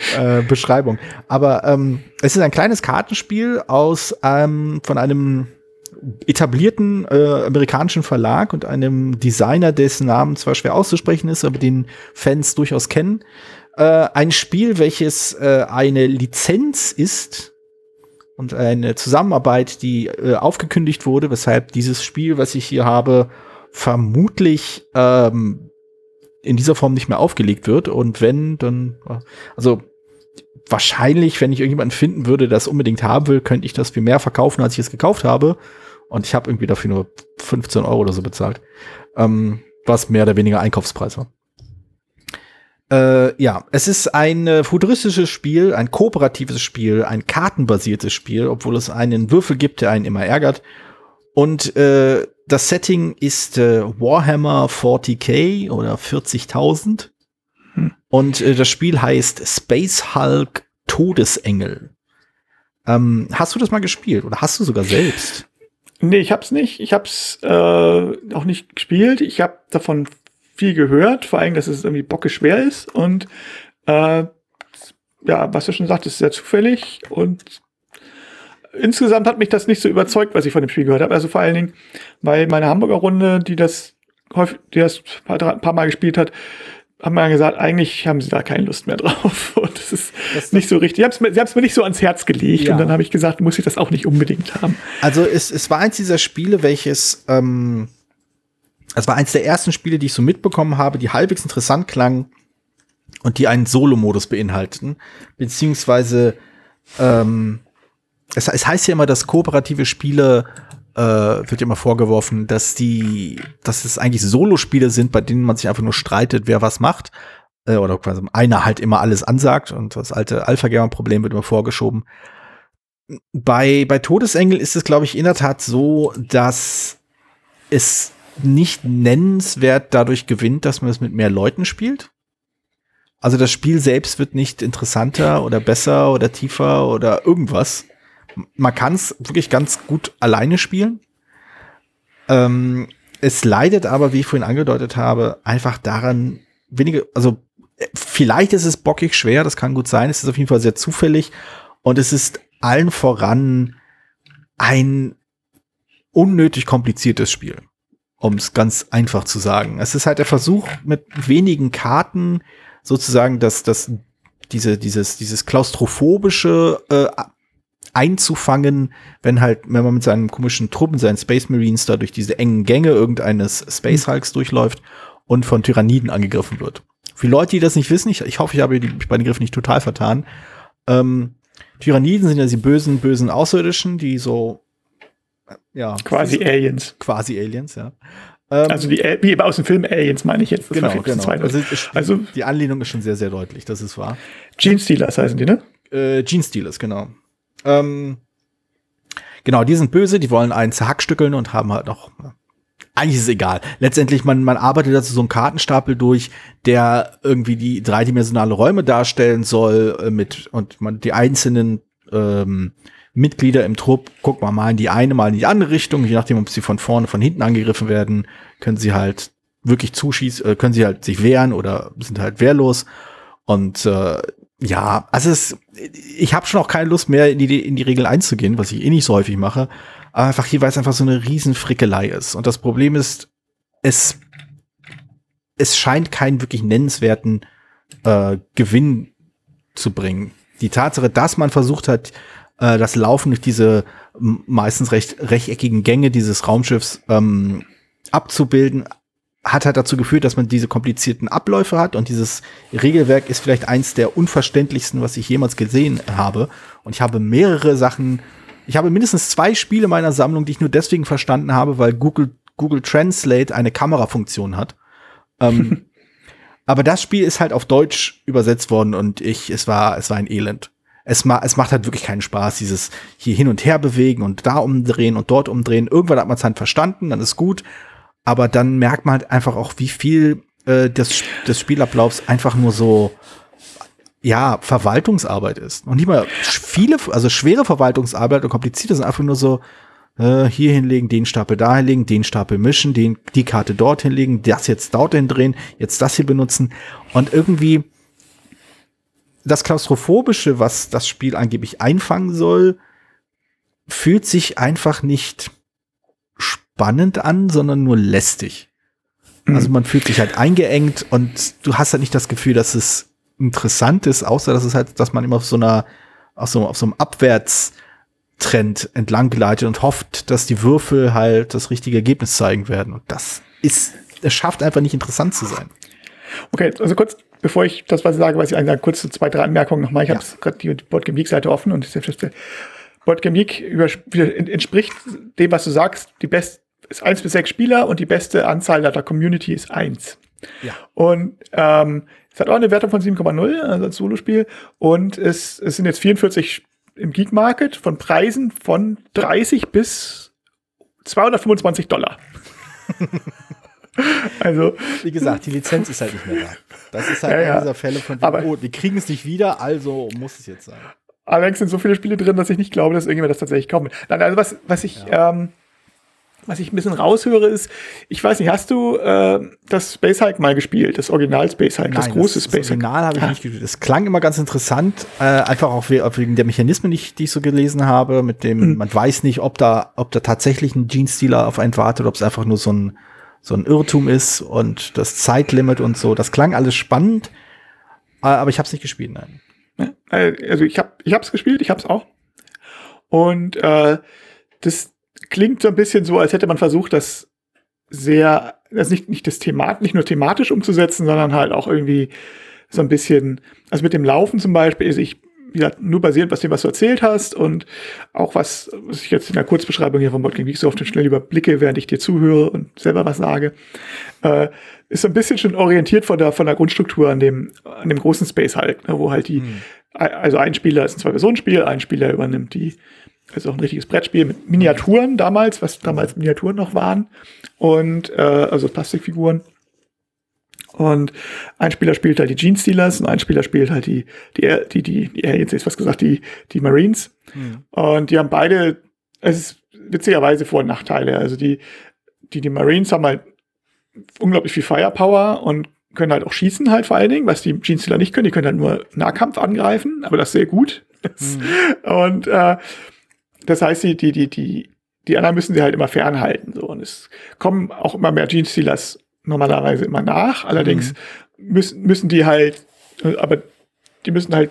äh, Beschreibung. Aber ähm, es ist ein kleines Kartenspiel aus ähm, von einem etablierten äh, amerikanischen Verlag und einem Designer, dessen Namen zwar schwer auszusprechen ist, aber den Fans durchaus kennen. Äh, ein Spiel, welches äh, eine Lizenz ist und eine Zusammenarbeit, die äh, aufgekündigt wurde, weshalb dieses Spiel, was ich hier habe, vermutlich ähm, in dieser Form nicht mehr aufgelegt wird. Und wenn, dann, also wahrscheinlich, wenn ich irgendjemanden finden würde, der das unbedingt haben will, könnte ich das viel mehr verkaufen, als ich es gekauft habe. Und ich habe irgendwie dafür nur fünfzehn Euro oder so bezahlt. Ähm, was mehr oder weniger Einkaufspreis war. Äh, ja, es ist ein äh, futuristisches Spiel, ein kooperatives Spiel, ein kartenbasiertes Spiel, obwohl es einen Würfel gibt, der einen immer ärgert. Und äh, das Setting ist äh, Warhammer vierzig K oder vierzigtausend. Hm. Und äh, das Spiel heißt Space Hulk Todesengel. Ähm, hast du das mal gespielt oder hast du sogar selbst? Nee, ich hab's nicht. Ich hab's äh, auch nicht gespielt. Ich habe davon viel gehört, vor allem, dass es irgendwie bockeschwer ist. Und äh, ja, was du schon sagtest, ist sehr zufällig. Und insgesamt hat mich das nicht so überzeugt, was ich von dem Spiel gehört habe. Also vor allen Dingen, weil meine Hamburger Runde, die das häufig, die das ein paar, ein paar Mal gespielt hat, haben wir gesagt, eigentlich haben sie da keine Lust mehr drauf. Und das ist das nicht so richtig. Sie haben es mir, sie haben's mir nicht so ans Herz gelegt. Ja. Und dann habe ich gesagt, muss ich das auch nicht unbedingt haben. Also es, es war eins dieser Spiele, welches, ähm, es war eins der ersten Spiele, die ich so mitbekommen habe, die halbwegs interessant klangen und die einen Solo-Modus beinhalteten. Beziehungsweise, ähm, es, es heißt ja immer, dass kooperative Spiele äh, wird immer vorgeworfen, dass die, dass es eigentlich Solo-Spiele sind, bei denen man sich einfach nur streitet, wer was macht. Äh, oder quasi einer halt immer alles ansagt und das alte Alpha-Gamer-Problem wird immer vorgeschoben. Bei, bei Todesengel ist es, glaube ich, in der Tat so, dass es nicht nennenswert dadurch gewinnt, dass man es mit mehr Leuten spielt. Also das Spiel selbst wird nicht interessanter oder besser oder tiefer oder irgendwas. Man kann es wirklich ganz gut alleine spielen. Ähm, es leidet aber, wie ich vorhin angedeutet habe, einfach daran, wenige, also vielleicht ist es bockig schwer, das kann gut sein, es ist auf jeden Fall sehr zufällig und es ist allen voran ein unnötig kompliziertes Spiel, um es ganz einfach zu sagen. Es ist halt der Versuch, mit wenigen Karten sozusagen das, das, diese, dieses, dieses klaustrophobische äh, einzufangen, wenn halt, wenn man mit seinen komischen Truppen, seinen Space Marines da durch diese engen Gänge irgendeines Space Hulks durchläuft und von Tyranniden angegriffen wird. Für Leute, die das nicht wissen, ich, ich hoffe, ich habe die, mich bei den Griffen nicht total vertan. Ähm, Tyranniden sind ja die bösen, bösen Außerirdischen, die so, ja. Quasi Aliens. Quasi Aliens, ja. Ähm, also wie, wie aus dem Film Aliens, meine ich jetzt. Das genau, genau. Also, also die Anlehnung ist schon sehr, sehr deutlich, das ist wahr. Genestealers heißen die, ne? Äh, Genestealers, genau. Ähm, genau, die sind böse, die wollen einen zerhackstückeln und haben halt noch, eigentlich ist es egal. Letztendlich, man, man arbeitet dazu so einen Kartenstapel durch, der irgendwie die dreidimensionale Räume darstellen soll, äh, mit, und man die einzelnen ähm, Mitglieder im Trupp, guckt man mal in die eine, mal in die andere Richtung, je nachdem, ob sie von vorne, von hinten angegriffen werden, können sie halt wirklich zuschießen, äh, können sie halt sich wehren oder sind halt wehrlos. Und äh, ja, also es, ich habe schon auch keine Lust mehr, in die, in die Regeln einzugehen, was ich eh nicht so häufig mache. Aber einfach hier, weil es einfach so eine riesen Frickelei ist. Und das Problem ist, es, es scheint keinen wirklich nennenswerten äh, Gewinn zu bringen. Die Tatsache, dass man versucht hat, äh, das Laufen durch diese meistens recht rechteckigen Gänge dieses Raumschiffs ähm, abzubilden, hat halt dazu geführt, dass man diese komplizierten Abläufe hat und dieses Regelwerk ist vielleicht eins der unverständlichsten, was ich jemals gesehen habe. Und ich habe mehrere Sachen, ich habe mindestens zwei Spiele meiner Sammlung, die ich nur deswegen verstanden habe, weil Google, Google Translate eine Kamerafunktion hat. ähm, aber das Spiel ist halt auf Deutsch übersetzt worden und ich, es war, es war ein Elend. Es, ma es macht halt wirklich keinen Spaß, dieses hier hin und her bewegen und da umdrehen und dort umdrehen. Irgendwann hat man es halt verstanden, dann ist gut. Aber dann merkt man halt einfach auch, wie viel äh, des, des Spielablaufs einfach nur so, ja, Verwaltungsarbeit ist. Und nicht mal viele, also schwere Verwaltungsarbeit und komplizierte sind einfach nur so, äh, hier hinlegen, den Stapel da hinlegen, den Stapel mischen, den, die Karte dort hinlegen, das jetzt dort hindrehen, jetzt das hier benutzen. Und irgendwie, das Klaustrophobische, was das Spiel angeblich einfangen soll, fühlt sich einfach nicht spannend an, sondern nur lästig. Mhm. Also man fühlt sich halt eingeengt und du hast halt nicht das Gefühl, dass es interessant ist, außer dass es halt, dass man immer auf so einer, auf so, auf so einem Abwärtstrend entlang gleitet und hofft, dass die Würfel halt das richtige Ergebnis zeigen werden. Und das ist, es schafft einfach nicht interessant zu sein. Okay, also kurz, bevor ich das, was ich sage, was ich eigentlich kurz so zwei, drei Anmerkungen nochmal. Ich ja. habe gerade die Boardgame Geek-Seite offen und Boardgame Geek über, entspricht dem, was du sagst. Die best, ist eins bis sechs Spieler und die beste Anzahl der Community ist eins. Ja. Und ähm, es hat auch eine Wertung von sieben Komma null, also als Solospiel. Und es, es sind jetzt vierundvierzig im Geek Market von Preisen von dreißig bis zweihundertfünfundzwanzig Dollar. Also, wie gesagt, die Lizenz ist halt nicht mehr da. Das ist halt ja, einer ja. dieser Fälle von, aber, oh, wir kriegen es nicht wieder, also muss es jetzt sein. Allerdings sind so viele Spiele drin, dass ich nicht glaube, dass irgendjemand das tatsächlich kaufen will. Nein, also was, was ich, ja. ähm, was ich ein bisschen raushöre ist, ich weiß nicht, hast du äh, das Space Hulk mal gespielt, das Original Space Hulk, Nein, das große das, Space Hulk? Das Original habe ich ah. nicht gespielt. Das klang immer ganz interessant, äh, einfach auch wegen der Mechanismen, die ich, die ich so gelesen habe, mit dem, mhm. man weiß nicht, ob da, ob da tatsächlich ein Gene-Stealer auf einen wartet, ob es einfach nur so ein, so ein Irrtum ist und das Zeitlimit und so. Das klang alles spannend, äh, aber ich habe es nicht gespielt, nein. Ja, also ich habe ich hab's gespielt, ich habe es auch. Und äh, das klingt so ein bisschen so, als hätte man versucht, das sehr, das nicht, nicht das Thema, nicht nur thematisch umzusetzen, sondern halt auch irgendwie so ein bisschen, also mit dem Laufen zum Beispiel, ist ich, wie gesagt, nur basierend auf dem, was du erzählt hast und auch was, was ich jetzt in der Kurzbeschreibung hier von Boardgame Geek so auf den schnell überblicke, während ich dir zuhöre und selber was sage, äh, ist so ein bisschen schon orientiert von der, von der Grundstruktur an dem, an dem großen Space Hulk, ne, wo halt die, hm. also ein Spieler ist ein Zwei-Personen-Spiel, ein Spieler übernimmt die, also auch ein richtiges Brettspiel mit Miniaturen damals, was damals Miniaturen noch waren und, äh, also Plastikfiguren. Und ein Spieler spielt halt die Gene Stealers und ein Spieler spielt halt die, die, die, die, die jetzt ist was gesagt, die, die Marines. Mhm. Und die haben beide, es ist witzigerweise Vor- und Nachteile. Also die, die, die Marines haben halt unglaublich viel Firepower und können halt auch schießen halt vor allen Dingen, was die Gene Stealer nicht können. Die können halt nur Nahkampf angreifen, aber das sehr gut. Mhm. Und, äh, das heißt, die, die, die, die, die anderen müssen sie halt immer fernhalten, so. Und es kommen auch immer mehr Gene Stealers normalerweise immer nach. Allerdings mhm. müssen, müssen die halt, aber die müssen halt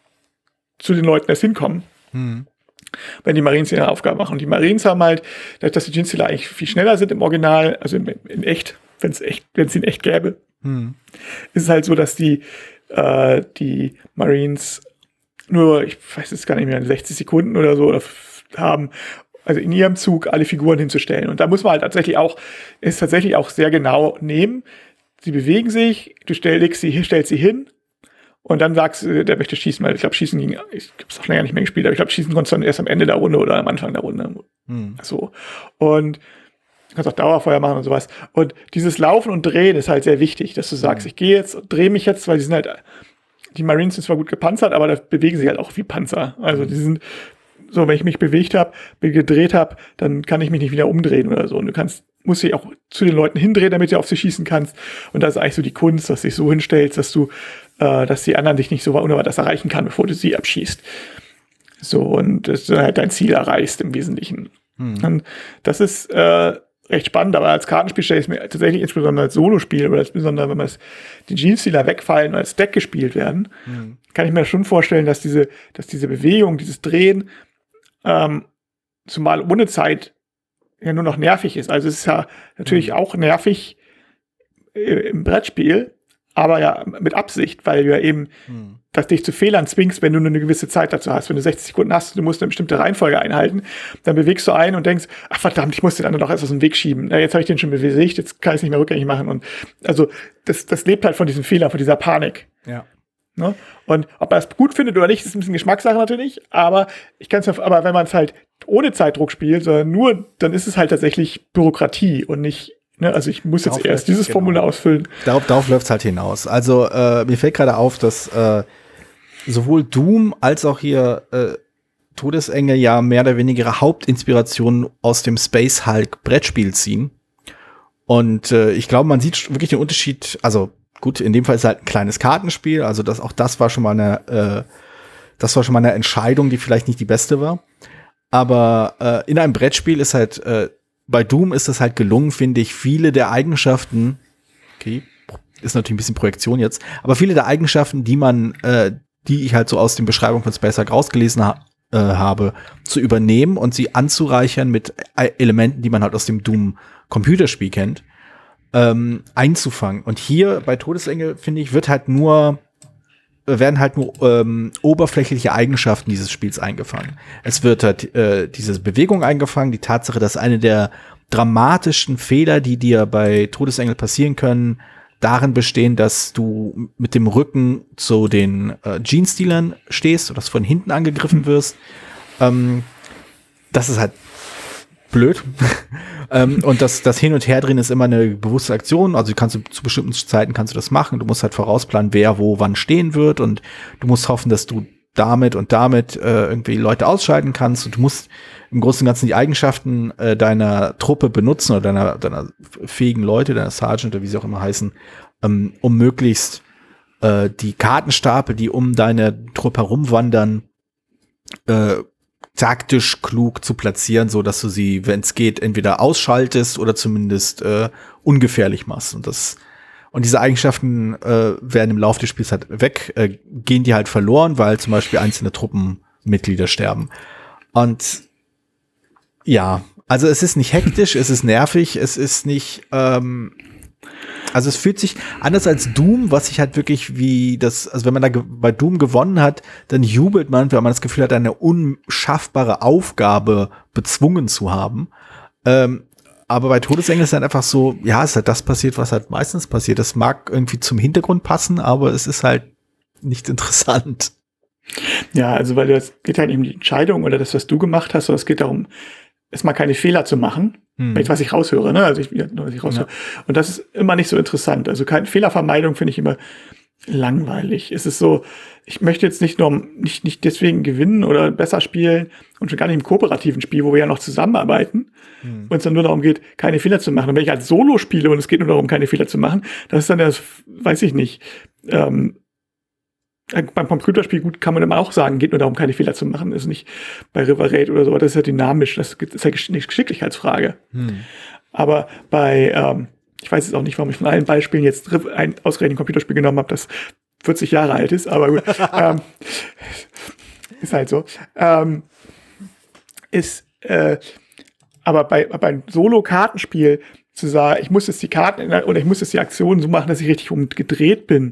zu den Leuten erst hinkommen, mhm. wenn die Marines ihre Aufgabe machen. Und die Marines haben halt, dass die Gene Stealer eigentlich viel schneller sind im Original, also in, in echt, wenn es echt, wenn es ihn echt gäbe, mhm. ist es halt so, dass die, äh, die Marines nur, ich weiß jetzt gar nicht mehr, sechzig Sekunden oder so oder haben, also in ihrem Zug alle Figuren hinzustellen. Und da muss man halt tatsächlich auch, ist tatsächlich auch sehr genau nehmen. Sie bewegen sich, du stellst sie, stellst sie hin und dann sagst du, der möchte schießen, weil ich glaube, Schießen ging, ich habe es auch länger nicht mehr gespielt, aber ich glaube, Schießen konntest du dann erst am Ende der Runde oder am Anfang der Runde. Hm. So. Und du kannst auch Dauerfeuer machen und sowas. Und dieses Laufen und Drehen ist halt sehr wichtig, dass du sagst, hm. ich gehe jetzt, drehe mich jetzt, weil die sind halt, die Marines sind zwar gut gepanzert, aber da bewegen sie halt auch wie Panzer. Also die sind so, wenn ich mich bewegt habe, gedreht habe, dann kann ich mich nicht wieder umdrehen oder so. Und du kannst, musst dich auch zu den Leuten hindrehen, damit du auf sie schießen kannst. Und das ist eigentlich so die Kunst, dass du dich so hinstellst, dass du, äh, dass die anderen dich nicht so unerwartet erreichen kann, bevor du sie abschießt. So, und dass du halt dein Ziel erreichst im Wesentlichen. Hm. Und das ist äh, recht spannend, aber als Kartenspiel stelle ich es mir tatsächlich insbesondere als Solospiel oder insbesondere, wenn man die Gene Stealer wegfallen und als Deck gespielt werden, hm. kann ich mir schon vorstellen, dass diese, dass diese Bewegung, dieses Drehen, Ähm, zumal ohne Zeit ja nur noch nervig ist. Also es ist ja natürlich mhm. auch nervig äh, im Brettspiel, aber ja mit Absicht, weil du ja eben mhm. dass dich zu Fehlern zwingst, wenn du nur eine gewisse Zeit dazu hast. Wenn du sechzig Sekunden hast, du musst eine bestimmte Reihenfolge einhalten, dann bewegst du ein und denkst, ach verdammt, ich muss den anderen doch erst aus dem Weg schieben. Ja, jetzt habe ich den schon bewegt, jetzt kann ich es nicht mehr rückgängig machen. Und also das, das lebt halt von diesen Fehlern, von dieser Panik. Ja. Ne? Und ob man es gut findet oder nicht, ist ein bisschen Geschmackssache natürlich, aber ich kann es aber wenn man es halt ohne Zeitdruck spielt, sondern nur, dann ist es halt tatsächlich Bürokratie und nicht, ne? Also ich muss darauf jetzt erst dieses genau. Formular ausfüllen. Darauf, darauf läuft es halt hinaus. Also äh, mir fällt gerade auf, dass äh, sowohl Doom als auch hier äh, Todesengel ja mehr oder weniger ihre Hauptinspiration aus dem Space Hulk Brettspiel ziehen. Und äh, ich glaube, man sieht wirklich den Unterschied, also gut, in dem Fall ist es halt ein kleines Kartenspiel, also das, auch das war schon mal eine, äh, das war schon mal eine Entscheidung, die vielleicht nicht die beste war. Aber äh, in einem Brettspiel ist halt, äh, bei Doom ist es halt gelungen, finde ich, viele der Eigenschaften, okay, ist natürlich ein bisschen Projektion jetzt, aber viele der Eigenschaften, die man, äh, die ich halt so aus den Beschreibungen von SpaceX rausgelesen ha- äh, habe, zu übernehmen und sie anzureichern mit äh, Elementen, die man halt aus dem Doom-Computerspiel kennt, ähm, einzufangen. Und hier bei Todesengel, finde ich, wird halt nur werden halt nur ähm, oberflächliche Eigenschaften dieses Spiels eingefangen. Es wird halt äh, diese Bewegung eingefangen, die Tatsache, dass eine der dramatischen Fehler, die dir bei Todesengel passieren können, darin bestehen, dass du mit dem Rücken zu den äh, Jeans-Dealern stehst oder dass von hinten angegriffen wirst. Ähm, das ist halt blöd. ähm, und das, das Hin- und Herdrehen ist immer eine bewusste Aktion. Also kannst du zu bestimmten Zeiten kannst du das machen. Du musst halt vorausplanen, wer wo wann stehen wird. Und du musst hoffen, dass du damit und damit äh, irgendwie Leute ausschalten kannst. Und du musst im Großen und Ganzen die Eigenschaften äh, deiner Truppe benutzen oder deiner, deiner fähigen Leute, deiner Sergeant oder wie sie auch immer heißen, ähm, um möglichst äh, die Kartenstapel, die um deine Truppe herumwandern, äh, taktisch klug zu platzieren, so dass du sie, wenn es geht, entweder ausschaltest oder zumindest äh, ungefährlich machst. Und das und diese Eigenschaften äh, werden im Laufe des Spiels halt weg, äh, gehen die halt verloren, weil zum Beispiel einzelne Truppenmitglieder sterben. Und ja, also es ist nicht hektisch, es ist nervig, es ist nicht ähm, also es fühlt sich anders als Doom, was sich halt wirklich wie das, also wenn man da ge- bei Doom gewonnen hat, dann jubelt man, wenn man das Gefühl hat, eine unschaffbare Aufgabe bezwungen zu haben. Ähm, aber bei Todesengel ist dann einfach so, ja, es ist halt das passiert, was halt meistens passiert. Das mag irgendwie zum Hintergrund passen, aber es ist halt nicht interessant. Ja, also weil es geht halt eben die Entscheidung oder das, was du gemacht hast, sondern es geht darum, erstmal keine Fehler zu machen, hm. was ich raushöre, ne? Also ich, was ich raushöre. Ja. Und das ist immer nicht so interessant. Also keine Fehlervermeidung finde ich immer langweilig. Es ist so, ich möchte jetzt nicht nur nicht, nicht deswegen gewinnen oder besser spielen und schon gar nicht im kooperativen Spiel, wo wir ja noch zusammenarbeiten, hm. und es dann nur darum geht, keine Fehler zu machen. Und wenn ich als Solo spiele und es geht nur darum, keine Fehler zu machen, das ist dann das, weiß ich nicht, ähm, beim Computerspiel gut kann man immer auch sagen, geht nur darum, keine Fehler zu machen. Das ist nicht bei River Raid oder so, das ist ja dynamisch, das ist ja eine Geschicklichkeitsfrage. Hm. Aber bei, ähm, ich weiß jetzt auch nicht, warum ich von allen Beispielen jetzt ein ausgerechnet Computerspiel genommen habe, das vierzig Jahre alt ist, aber gut. ähm, ist halt so. Ähm, ist, äh, aber bei, bei einem Solo-Kartenspiel zu sagen, ich muss jetzt die Karten oder ich muss jetzt die Aktionen so machen, dass ich richtig umgedreht bin,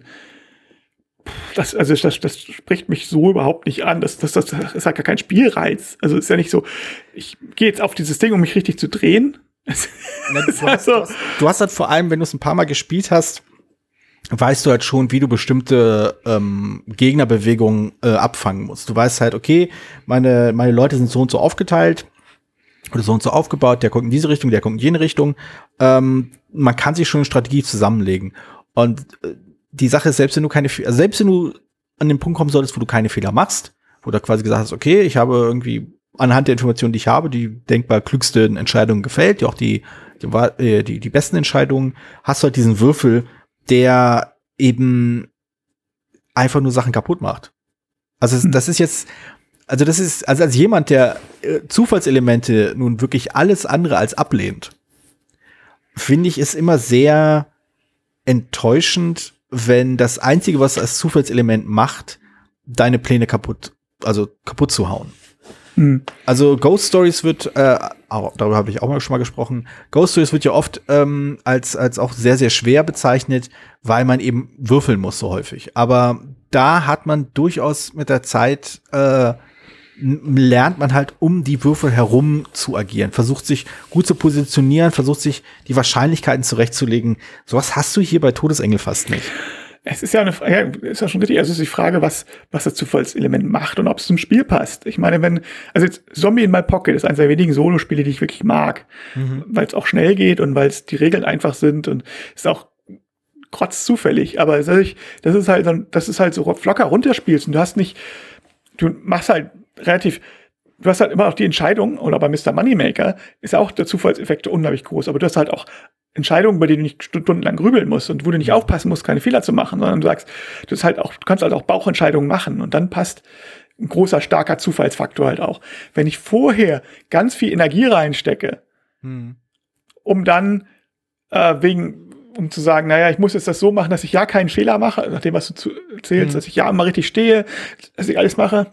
Das, also das, das spricht mich so überhaupt nicht an. Das, das, das, das ist halt gar kein Spielreiz. Also ist ja nicht so, ich gehe jetzt auf dieses Ding, um mich richtig zu drehen. Na, du, hast, du, hast, du hast halt vor allem, wenn du es ein paar Mal gespielt hast, weißt du halt schon, wie du bestimmte ähm, Gegnerbewegungen äh, abfangen musst. Du weißt halt, okay, meine, meine Leute sind so und so aufgeteilt oder so und so aufgebaut, der guckt in diese Richtung, der guckt in jene Richtung. Ähm, man kann sich schon eine Strategie zusammenlegen. Und äh, die Sache ist, selbst wenn du keine, also selbst wenn du an den Punkt kommen solltest, wo du keine Fehler machst, wo du quasi gesagt hast, okay, ich habe irgendwie anhand der Informationen, die ich habe, die denkbar klügsten Entscheidungen gefällt, die auch die, die, die, die besten Entscheidungen, hast du halt diesen Würfel, der eben einfach nur Sachen kaputt macht. Also das ist jetzt, also das ist, also als jemand, der äh, Zufallselemente nun wirklich alles andere als ablehnt, finde ich es immer sehr enttäuschend, wenn das Einzige, was als Zufallselement macht, deine Pläne kaputt, also kaputt zu hauen. Mhm. Also Ghost Stories wird, äh, auch, darüber habe ich auch mal schon mal gesprochen, Ghost Stories wird ja oft ähm, als, als auch sehr, sehr schwer bezeichnet, weil man eben würfeln muss so häufig. Aber da hat man durchaus mit der Zeit, äh, lernt man halt um die Würfel herum zu agieren, versucht sich gut zu positionieren, versucht sich die Wahrscheinlichkeiten zurechtzulegen. Sowas hast du hier bei Todesengel fast nicht. Es ist ja eine Frage, ja, ist ja schon richtig, also es ist die Frage, was, was das Zufallselement macht und ob es zum Spiel passt. Ich meine, wenn, also jetzt Zombie in My Pocket ist eines der wenigen Solospiele, die ich wirklich mag, mhm. weil es auch schnell geht und weil es die Regeln einfach sind und ist auch krotz zufällig, aber das ist halt, das ist halt so flocker runterspielst und du hast nicht, du machst halt relativ, du hast halt immer auch die Entscheidung, oder bei Mister Moneymaker ist auch der Zufallseffekt unheimlich groß, aber du hast halt auch Entscheidungen, bei denen du nicht stundenlang grübeln musst und wo du nicht aufpassen musst, keine Fehler zu machen, sondern du sagst, du hast halt auch, du kannst halt auch Bauchentscheidungen machen und dann passt ein großer, starker Zufallsfaktor halt auch. Wenn ich vorher ganz viel Energie reinstecke, hm. um dann äh, wegen, um zu sagen, naja, ich muss jetzt das so machen, dass ich ja keinen Fehler mache, nach dem, was du zu, erzählst, hm. dass ich ja immer richtig stehe, dass ich alles mache.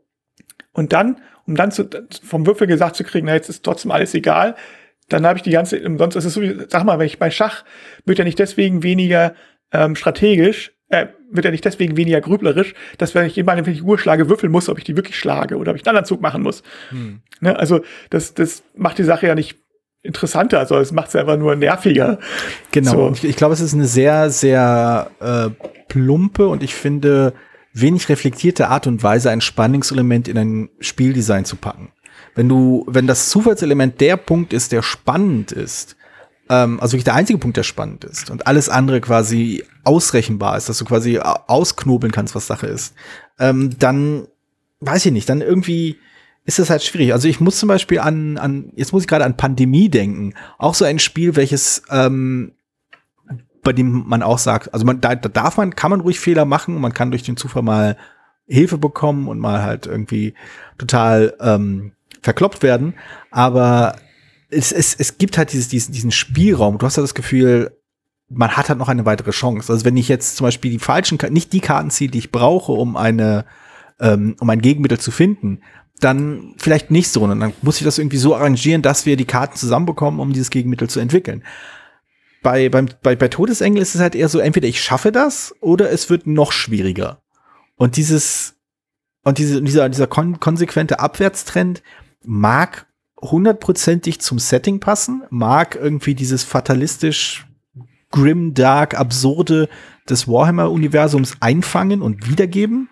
Und dann, um dann zu, vom Würfel gesagt zu kriegen, na, jetzt ist trotzdem alles egal, dann habe ich die ganze, sonst ist es so, sag mal, wenn ich bei Schach, wird ja nicht deswegen weniger ähm, strategisch, äh, wird ja nicht deswegen weniger grüblerisch, dass wenn ich jemanden, wenn ich Uhr schlage, würfeln muss, ob ich die wirklich schlage oder ob ich einen anderen Zug machen muss. Hm. Ne, also das, das macht die Sache ja nicht interessanter, also es macht es einfach nur nerviger. Genau, so. Und ich, ich glaube, es ist eine sehr, sehr äh, plumpe und ich finde wenig reflektierte Art und Weise, ein Spannungselement in ein Spieldesign zu packen. Wenn du, wenn das Zufallselement der Punkt ist, der spannend ist, ähm, also wirklich der einzige Punkt, der spannend ist und alles andere quasi ausrechenbar ist, dass du quasi ausknobeln kannst, was Sache ist, ähm, dann weiß ich nicht, dann irgendwie ist das halt schwierig. Also ich muss zum Beispiel an, an jetzt muss ich gerade an Pandemie denken, auch so ein Spiel, welches ähm, bei dem man auch sagt, also man da, da darf man, kann man ruhig Fehler machen und man kann durch den Zufall mal Hilfe bekommen und mal halt irgendwie total ähm, verkloppt werden, aber es, es, es gibt halt dieses, diesen, diesen Spielraum. Du hast ja das Gefühl, man hat halt noch eine weitere Chance. Also wenn ich jetzt zum Beispiel die falschen, nicht die Karten ziehe, die ich brauche, um eine, ähm, um ein Gegenmittel zu finden, dann vielleicht nicht so. Und dann muss ich das irgendwie so arrangieren, dass wir die Karten zusammenbekommen, um dieses Gegenmittel zu entwickeln. Bei, beim, bei, bei Todesengel ist es halt eher so, entweder ich schaffe das oder es wird noch schwieriger. Und dieses, und diese, dieser, dieser kon- konsequente Abwärtstrend mag hundertprozentig zum Setting passen, mag irgendwie dieses fatalistisch grim, dark, absurde des Warhammer-Universums einfangen und wiedergeben.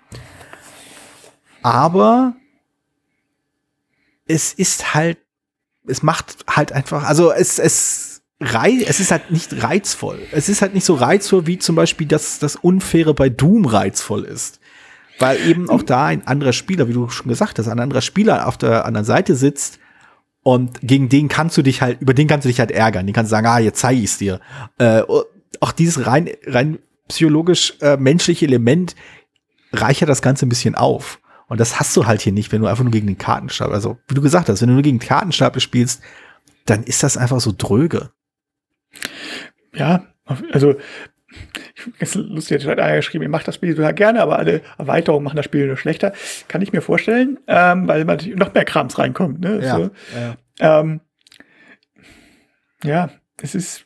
Aber es ist halt, es macht halt einfach, also es, es, rei- es ist halt nicht reizvoll. Es ist halt nicht so reizvoll, wie zum Beispiel das, das Unfaire bei Doom reizvoll ist. Weil eben auch da ein anderer Spieler, wie du schon gesagt hast, ein anderer Spieler auf der anderen Seite sitzt und gegen den kannst du dich halt, über den kannst du dich halt ärgern. Den kannst du sagen, ah, jetzt zeige ich's dir. Äh, auch dieses rein, rein psychologisch äh, menschliche Element reichert das Ganze ein bisschen auf. Und das hast du halt hier nicht, wenn du einfach nur gegen den Kartenstapel, also wie du gesagt hast, wenn du nur gegen den Kartenstapel spielst, dann ist das einfach so dröge. Ja, also ich lustig, hat einer geschrieben, ihr macht das Spiel total gerne, aber alle Erweiterungen machen das Spiel nur schlechter. Kann ich mir vorstellen, ähm, weil man noch mehr Krams reinkommt. Ne? Ja, so. ja. Ähm, ja, es ist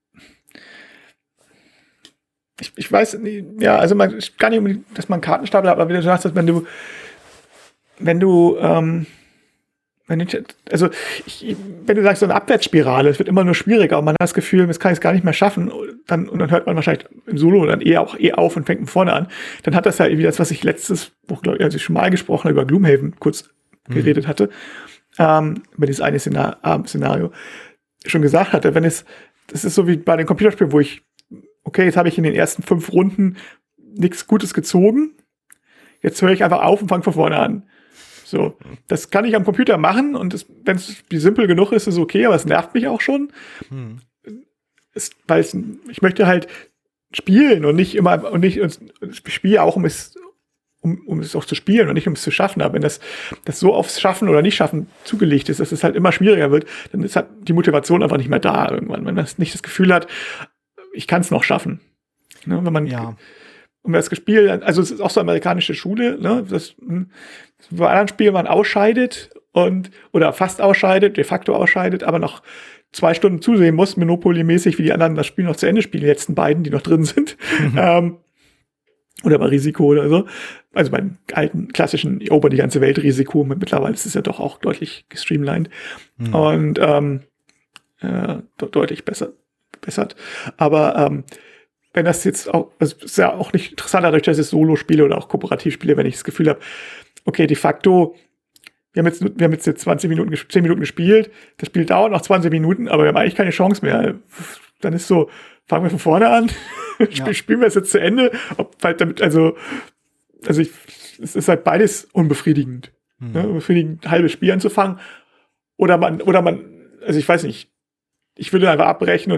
ich, ich weiß nicht, ja, also man gar nicht unbedingt, dass man einen Kartenstapel hat, aber wie du sagst, dass wenn du wenn du ähm, wenn ich, also ich, wenn du sagst, so eine Abwärtsspirale, es wird immer nur schwieriger und man hat das Gefühl, das kann ich es gar nicht mehr schaffen, dann, und dann hört man wahrscheinlich im Solo dann eher auch eh auf und fängt von vorne an, dann hat das ja irgendwie das, was ich letztes, wo glaube ich, als ich schon mal gesprochen habe, über Gloomhaven kurz mhm. geredet hatte, ähm, über dieses eine Szenar- Szenario schon gesagt hatte, wenn es, das ist so wie bei den Computerspielen, wo ich, okay, jetzt habe ich in den ersten fünf Runden nichts Gutes gezogen, jetzt höre ich einfach auf und fange von vorne an. So, das kann ich am Computer machen und wenn es simpel genug ist, ist es okay, aber es nervt mich auch schon. Hm. Es, weil es, ich möchte halt spielen und nicht immer, und nicht, und ich spiele auch, um es, um, um es auch zu spielen und nicht um es zu schaffen. Aber wenn das, das so aufs Schaffen oder nicht Schaffen zugelegt ist, dass es halt immer schwieriger wird, dann ist halt die Motivation einfach nicht mehr da irgendwann. Wenn man nicht das Gefühl hat, ich kann es noch schaffen. Ne, wenn man, ja. Und das gespielt, also es ist auch so amerikanische Schule, ne, das, bei anderen Spielen man ausscheidet und, oder fast ausscheidet, de facto ausscheidet, aber noch zwei Stunden zusehen muss, Monopoly-mäßig, wie die anderen das Spiel noch zu Ende spielen, die letzten beiden, die noch drin sind. Mhm. ähm, oder bei Risiko oder so. Also beim alten, klassischen Ober die ganze Welt Risiko, mittlerweile ist es ja doch auch deutlich gestreamlined. Mhm. Und ähm, äh, deutlich besser, bessert. Aber ähm, wenn das jetzt auch, also ist ja auch nicht interessant, dadurch, dass ich Solo spiele oder auch kooperativ spiele, wenn ich das Gefühl habe, okay, de facto, wir haben jetzt, wir haben jetzt, jetzt zwanzig Minuten, zehn Minuten gespielt, das Spiel dauert noch zwanzig Minuten, aber wir haben eigentlich keine Chance mehr. Dann ist so, fangen wir von vorne an, ja. Spielen wir es jetzt zu Ende, ob halt damit, also, also ich, es ist halt beides unbefriedigend. Hm. Ne? Unbefriedigend, ein halbes Spiel anzufangen. Oder man, oder man, also ich weiß nicht, ich würde einfach abbrechen und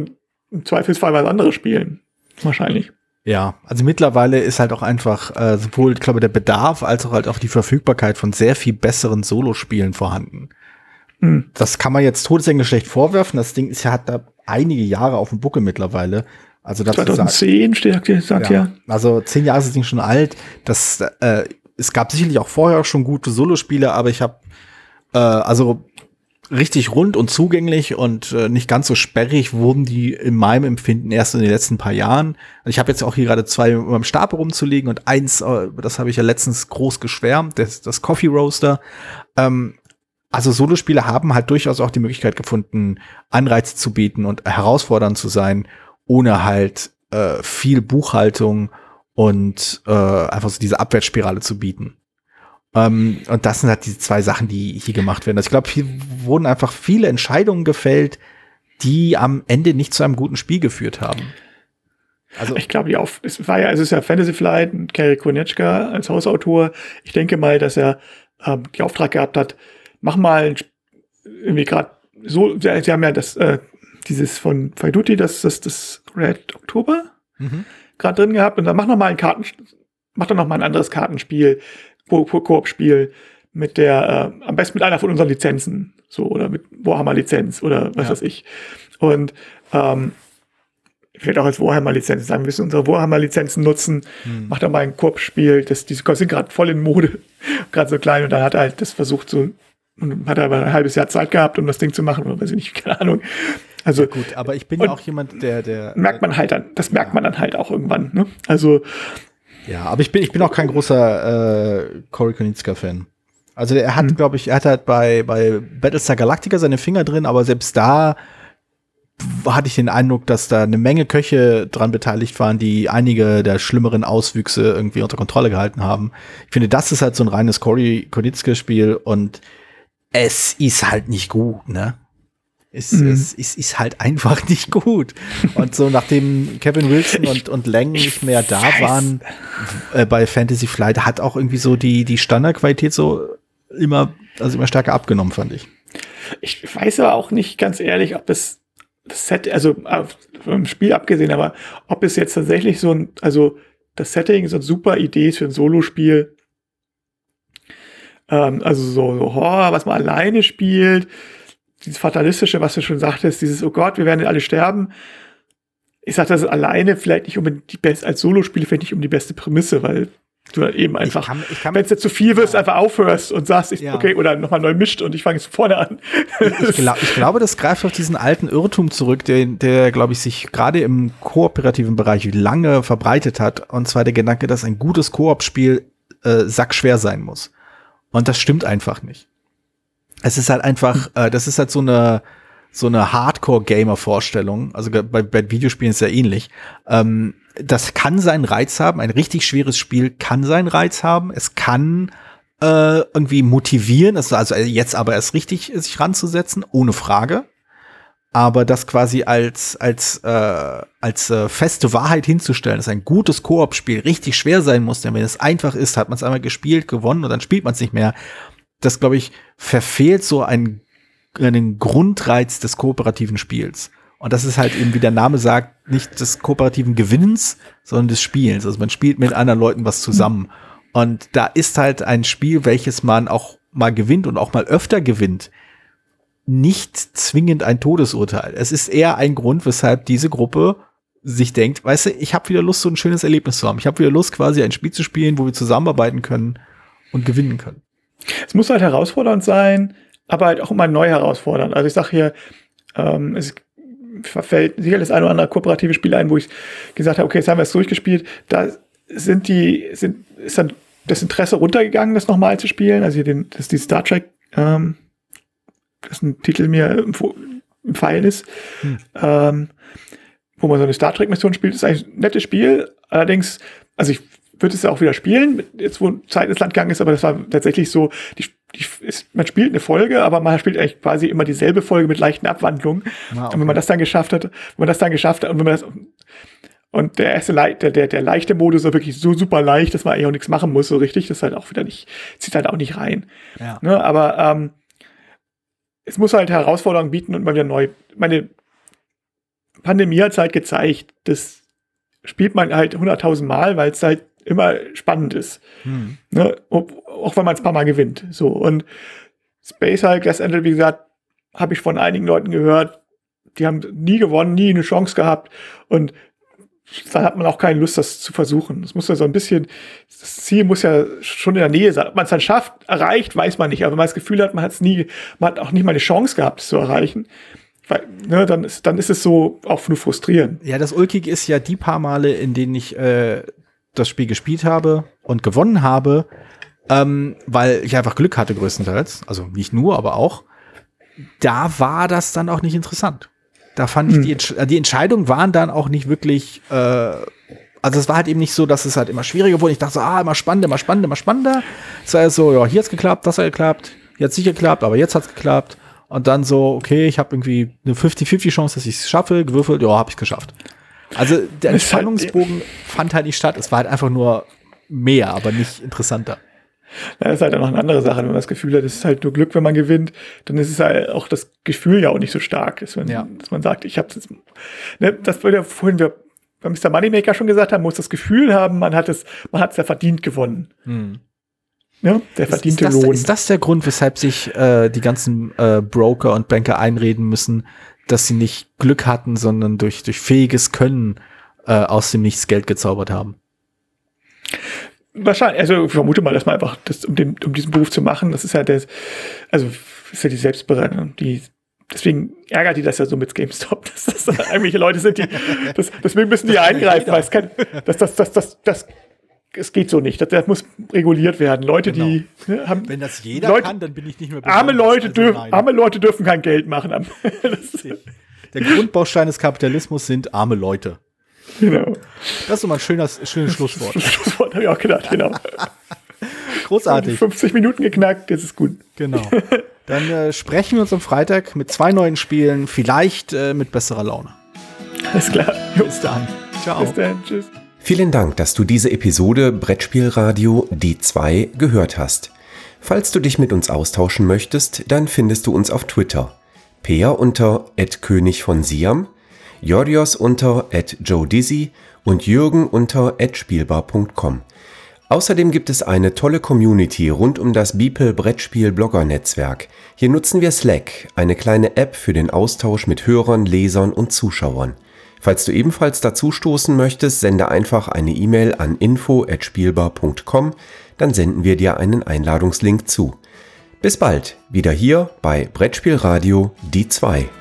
im Zweifelsfall was anderes spielen. Wahrscheinlich. Ja, also mittlerweile ist halt auch einfach äh, sowohl, ich glaube, der Bedarf als auch halt auch die Verfügbarkeit von sehr viel besseren Solospielen vorhanden. Hm. Das kann man jetzt Todesenglisch schlecht vorwerfen. Das Ding ist ja, hat da einige Jahre auf dem Buckel mittlerweile. Also das zweitausendzehn steht, sagt ja. ja. Also zehn Jahre ist das Ding schon alt. Das, äh, es gab sicherlich auch vorher schon gute Solospiele, aber ich habe äh, also richtig rund und zugänglich und äh, nicht ganz so sperrig wurden die in meinem Empfinden erst in den letzten paar Jahren. Ich habe jetzt auch hier gerade zwei über dem Stapel rumzulegen und eins, äh, das habe ich ja letztens groß geschwärmt, das, das Coffee Roaster. Ähm, also Solospiele haben halt durchaus auch die Möglichkeit gefunden, Anreize zu bieten und herausfordernd zu sein, ohne halt äh, viel Buchhaltung und äh, einfach so diese Abwärtsspirale zu bieten. Um, und das sind halt diese zwei Sachen, die hier gemacht werden. Also ich glaube, hier wurden einfach viele Entscheidungen gefällt, die am Ende nicht zu einem guten Spiel geführt haben. Also ich glaube, die auf, es war ja, es ist ja Fantasy Flight und Kerry Konechka als Hausautor. Ich denke mal, dass er ähm, die Auftrag gehabt hat, mach mal irgendwie gerade so, sie haben ja das, äh, dieses von Faiduti, das, das, das Red Oktober mhm. gerade drin gehabt und dann mach noch mal ein Karten, mach doch noch mal ein anderes Kartenspiel, Koop-Spiel mit der, äh, am besten mit einer von unseren Lizenzen, so, oder mit Warhammer-Lizenz oder was ja. weiß ich. Und ähm, vielleicht auch als Warhammer-Lizenz sagen, wir müssen unsere Warhammer-Lizenzen nutzen, hm. macht doch mal ein Koop-Spiel, das, die sind gerade voll in Mode, gerade so klein, und dann hat er halt das versucht, so, und hat er aber ein halbes Jahr Zeit gehabt, um das Ding zu machen, oder weiß ich nicht, keine Ahnung. Also, ja gut, aber ich bin ja auch jemand, der, der merkt man halt dann, das merkt man dann halt auch irgendwann, ne? Also, ja, aber ich bin, ich bin auch kein großer äh, Cory Konieczka-Fan. Also er hat, mhm. glaube ich, er hat halt bei, bei Battlestar Galactica seine Finger drin, aber selbst da hatte ich den Eindruck, dass da eine Menge Köche dran beteiligt waren, die einige der schlimmeren Auswüchse irgendwie unter Kontrolle gehalten haben. Ich finde, das ist halt so ein reines Cory Konieczka-Spiel und es ist halt nicht gut, ne? Es, mhm. es, es ist halt einfach nicht gut. Und so, nachdem Kevin Wilson und, und Lang nicht mehr da waren äh, bei Fantasy Flight, hat auch irgendwie so die, die Standardqualität so immer, also immer stärker abgenommen, fand ich. Ich weiß aber auch nicht ganz ehrlich, ob es das Set, also vom Spiel abgesehen, aber ob es jetzt tatsächlich so ein, also das Setting so eine super Idee ist für ein Solospiel. Ähm, also so, so Horror, was man alleine spielt. Dieses Fatalistische, was du schon sagtest, dieses, oh Gott, wir werden alle sterben. Ich sag, das ist alleine vielleicht nicht unbedingt die beste, als Solospiel vielleicht nicht um die beste Prämisse, weil du dann eben einfach, wenn es jetzt zu viel wirst, ja. einfach aufhörst und sagst, ich, ja. okay, oder nochmal neu mischt und ich fange jetzt von vorne an. Ich, glaub, ich glaube, das greift auf diesen alten Irrtum zurück, der, der glaube ich, sich gerade im kooperativen Bereich lange verbreitet hat. Und zwar der Gedanke, dass ein gutes Koop-Spiel äh, sackschwer sein muss. Und das stimmt einfach nicht. Es ist halt einfach, äh, das ist halt so eine so eine Hardcore-Gamer-Vorstellung. Also bei, bei Videospielen ist es ja ähnlich. Ähm, das kann seinen Reiz haben. Ein richtig schweres Spiel kann seinen Reiz haben. Es kann äh, irgendwie motivieren. Also, also jetzt aber erst richtig sich ranzusetzen, ohne Frage. Aber das quasi als als äh, als äh, feste Wahrheit hinzustellen, dass ein gutes Koop-Spiel richtig schwer sein muss, denn wenn es einfach ist, hat man es einmal gespielt, gewonnen und dann spielt man es nicht mehr. Das, glaube ich, verfehlt so einen, einen Grundreiz des kooperativen Spiels. Und das ist halt eben, wie der Name sagt, nicht des kooperativen Gewinnens, sondern des Spielens. Also man spielt mit anderen Leuten was zusammen. Und da ist halt ein Spiel, welches man auch mal gewinnt und auch mal öfter gewinnt, nicht zwingend ein Todesurteil. Es ist eher ein Grund, weshalb diese Gruppe sich denkt, weißt du, ich habe wieder Lust, so ein schönes Erlebnis zu haben. Ich habe wieder Lust, quasi ein Spiel zu spielen, wo wir zusammenarbeiten können und gewinnen können. Es muss halt herausfordernd sein, aber halt auch immer neu herausfordernd. Also ich sage hier, ähm, es verfällt sicher das eine oder andere kooperative Spiel ein, wo ich gesagt habe, okay, jetzt haben wir es durchgespielt. Da sind die, sind, ist dann das Interesse runtergegangen, das nochmal zu spielen. Also hier den, das die Star Trek, ähm, das ein Titel mir im Pfeil ist, hm. ähm, wo man so eine Star Trek-Mission spielt. Das ist eigentlich ein nettes Spiel. Allerdings, also ich würde es ja auch wieder spielen, jetzt wo Zeit ins Land gegangen ist, aber das war tatsächlich so, die, die ist, man spielt eine Folge, aber man spielt eigentlich quasi immer dieselbe Folge mit leichten Abwandlungen. Ah, okay. Und wenn man das dann geschafft hat, wenn man das dann geschafft hat und wenn man das und der erste Le- der, der, der leichte Modus war wirklich so super leicht, dass man eigentlich auch nichts machen muss, so richtig, das ist halt auch wieder nicht, zieht halt auch nicht rein. Ja. Ne, aber ähm, es muss halt Herausforderungen bieten und mal wieder neu, meine Pandemie hat es halt gezeigt, das spielt man halt hunderttausend Mal, weil es halt immer spannend ist. Hm. Ne? Auch wenn man es ein paar Mal gewinnt. So. Und Space Hulk, letztendlich, wie gesagt, habe ich von einigen Leuten gehört, die haben nie gewonnen, nie eine Chance gehabt. Und dann hat man auch keine Lust, das zu versuchen. Das muss ja so ein bisschen, das Ziel muss ja schon in der Nähe sein. Ob man es dann schafft, erreicht, weiß man nicht. Aber wenn man das Gefühl hat, man hat es nie, man hat auch nicht mal eine Chance gehabt, es zu erreichen, weil, ne, dann ist, dann ist es so auch nur frustrierend. Ja, das Ulkige ist ja die paar Male, in denen ich äh, das Spiel gespielt habe und gewonnen habe, ähm, weil ich einfach Glück hatte größtenteils. Also nicht nur, aber auch. Da war das dann auch nicht interessant. Da fand ich, die, Entsch- die Entscheidungen waren dann auch nicht wirklich, äh, also es war halt eben nicht so, dass es halt immer schwieriger wurde. Ich dachte so, ah, immer spannender, immer spannender, immer spannender. Es war ja so, ja, hier hat's geklappt, das hat geklappt, hier hat's nicht geklappt, aber jetzt hat's geklappt. Und dann so, okay, ich habe irgendwie eine fünfzig fünfzig Chance, dass ich es schaffe, gewürfelt, ja, habe ich geschafft. Also der Entspannungsbogen fand halt nicht statt. Es war halt einfach nur mehr, aber nicht interessanter. Das ist halt auch noch eine andere Sache, wenn man das Gefühl hat, es ist halt nur Glück, wenn man gewinnt, dann ist es halt auch das Gefühl ja auch nicht so stark, dass man, ja. dass man sagt, ich habe es, ne, das wurde ja vorhin wir bei Mister Moneymaker schon gesagt haben, man muss das Gefühl haben, man hat es, man hat es ja verdient gewonnen. Hm. Ne? Der verdiente ist, ist das, Lohn. Ist das der Grund, weshalb sich äh, die ganzen äh, Broker und Banker einreden müssen, dass sie nicht Glück hatten, sondern durch, durch fähiges Können äh, aus dem Nichts Geld gezaubert haben? Wahrscheinlich, also ich vermute mal, dass man einfach, das, um, den, um diesen Beruf zu machen, das ist ja der, also ist ja die Selbstberatung, die, deswegen ärgert die das ja so mit GameStop, dass das irgendwelche Leute sind, die, das, deswegen müssen die eingreifen, weil es kann, das, das, das, das, das, es geht so nicht, das, das muss reguliert werden. Leute, genau. die ne, haben, wenn das jeder Leute, kann, dann bin ich nicht mehr arme Leute, also dürf, arme Leute dürfen kein Geld machen. Das, der Grundbaustein des Kapitalismus sind arme Leute. Genau. Das ist so mal ein schönes, schönes Schlusswort. Schlusswort habe ich auch gedacht, genau. Großartig. fünfzig Minuten geknackt, das ist gut. Genau. Dann äh, sprechen wir uns am Freitag mit zwei neuen Spielen, vielleicht äh, mit besserer Laune. Alles klar. Jo. Bis dann. Ciao. Bis dann. Tschüss. Vielen Dank, dass du diese Episode Brettspielradio die zwei gehört hast. Falls du dich mit uns austauschen möchtest, dann findest du uns auf Twitter. Peer unter at König von Siam, Jorios unter at Joe Dizzy und Jürgen unter at spielbar punkt com. Außerdem gibt es eine tolle Community rund um das Beeple Brettspiel-Blogger-Netzwerk. Hier nutzen wir Slack, eine kleine App für den Austausch mit Hörern, Lesern und Zuschauern. Falls du ebenfalls dazu stoßen möchtest, sende einfach eine E-Mail an info at spielbar punkt com, dann senden wir dir einen Einladungslink zu. Bis bald, wieder hier bei Brettspielradio die zwei.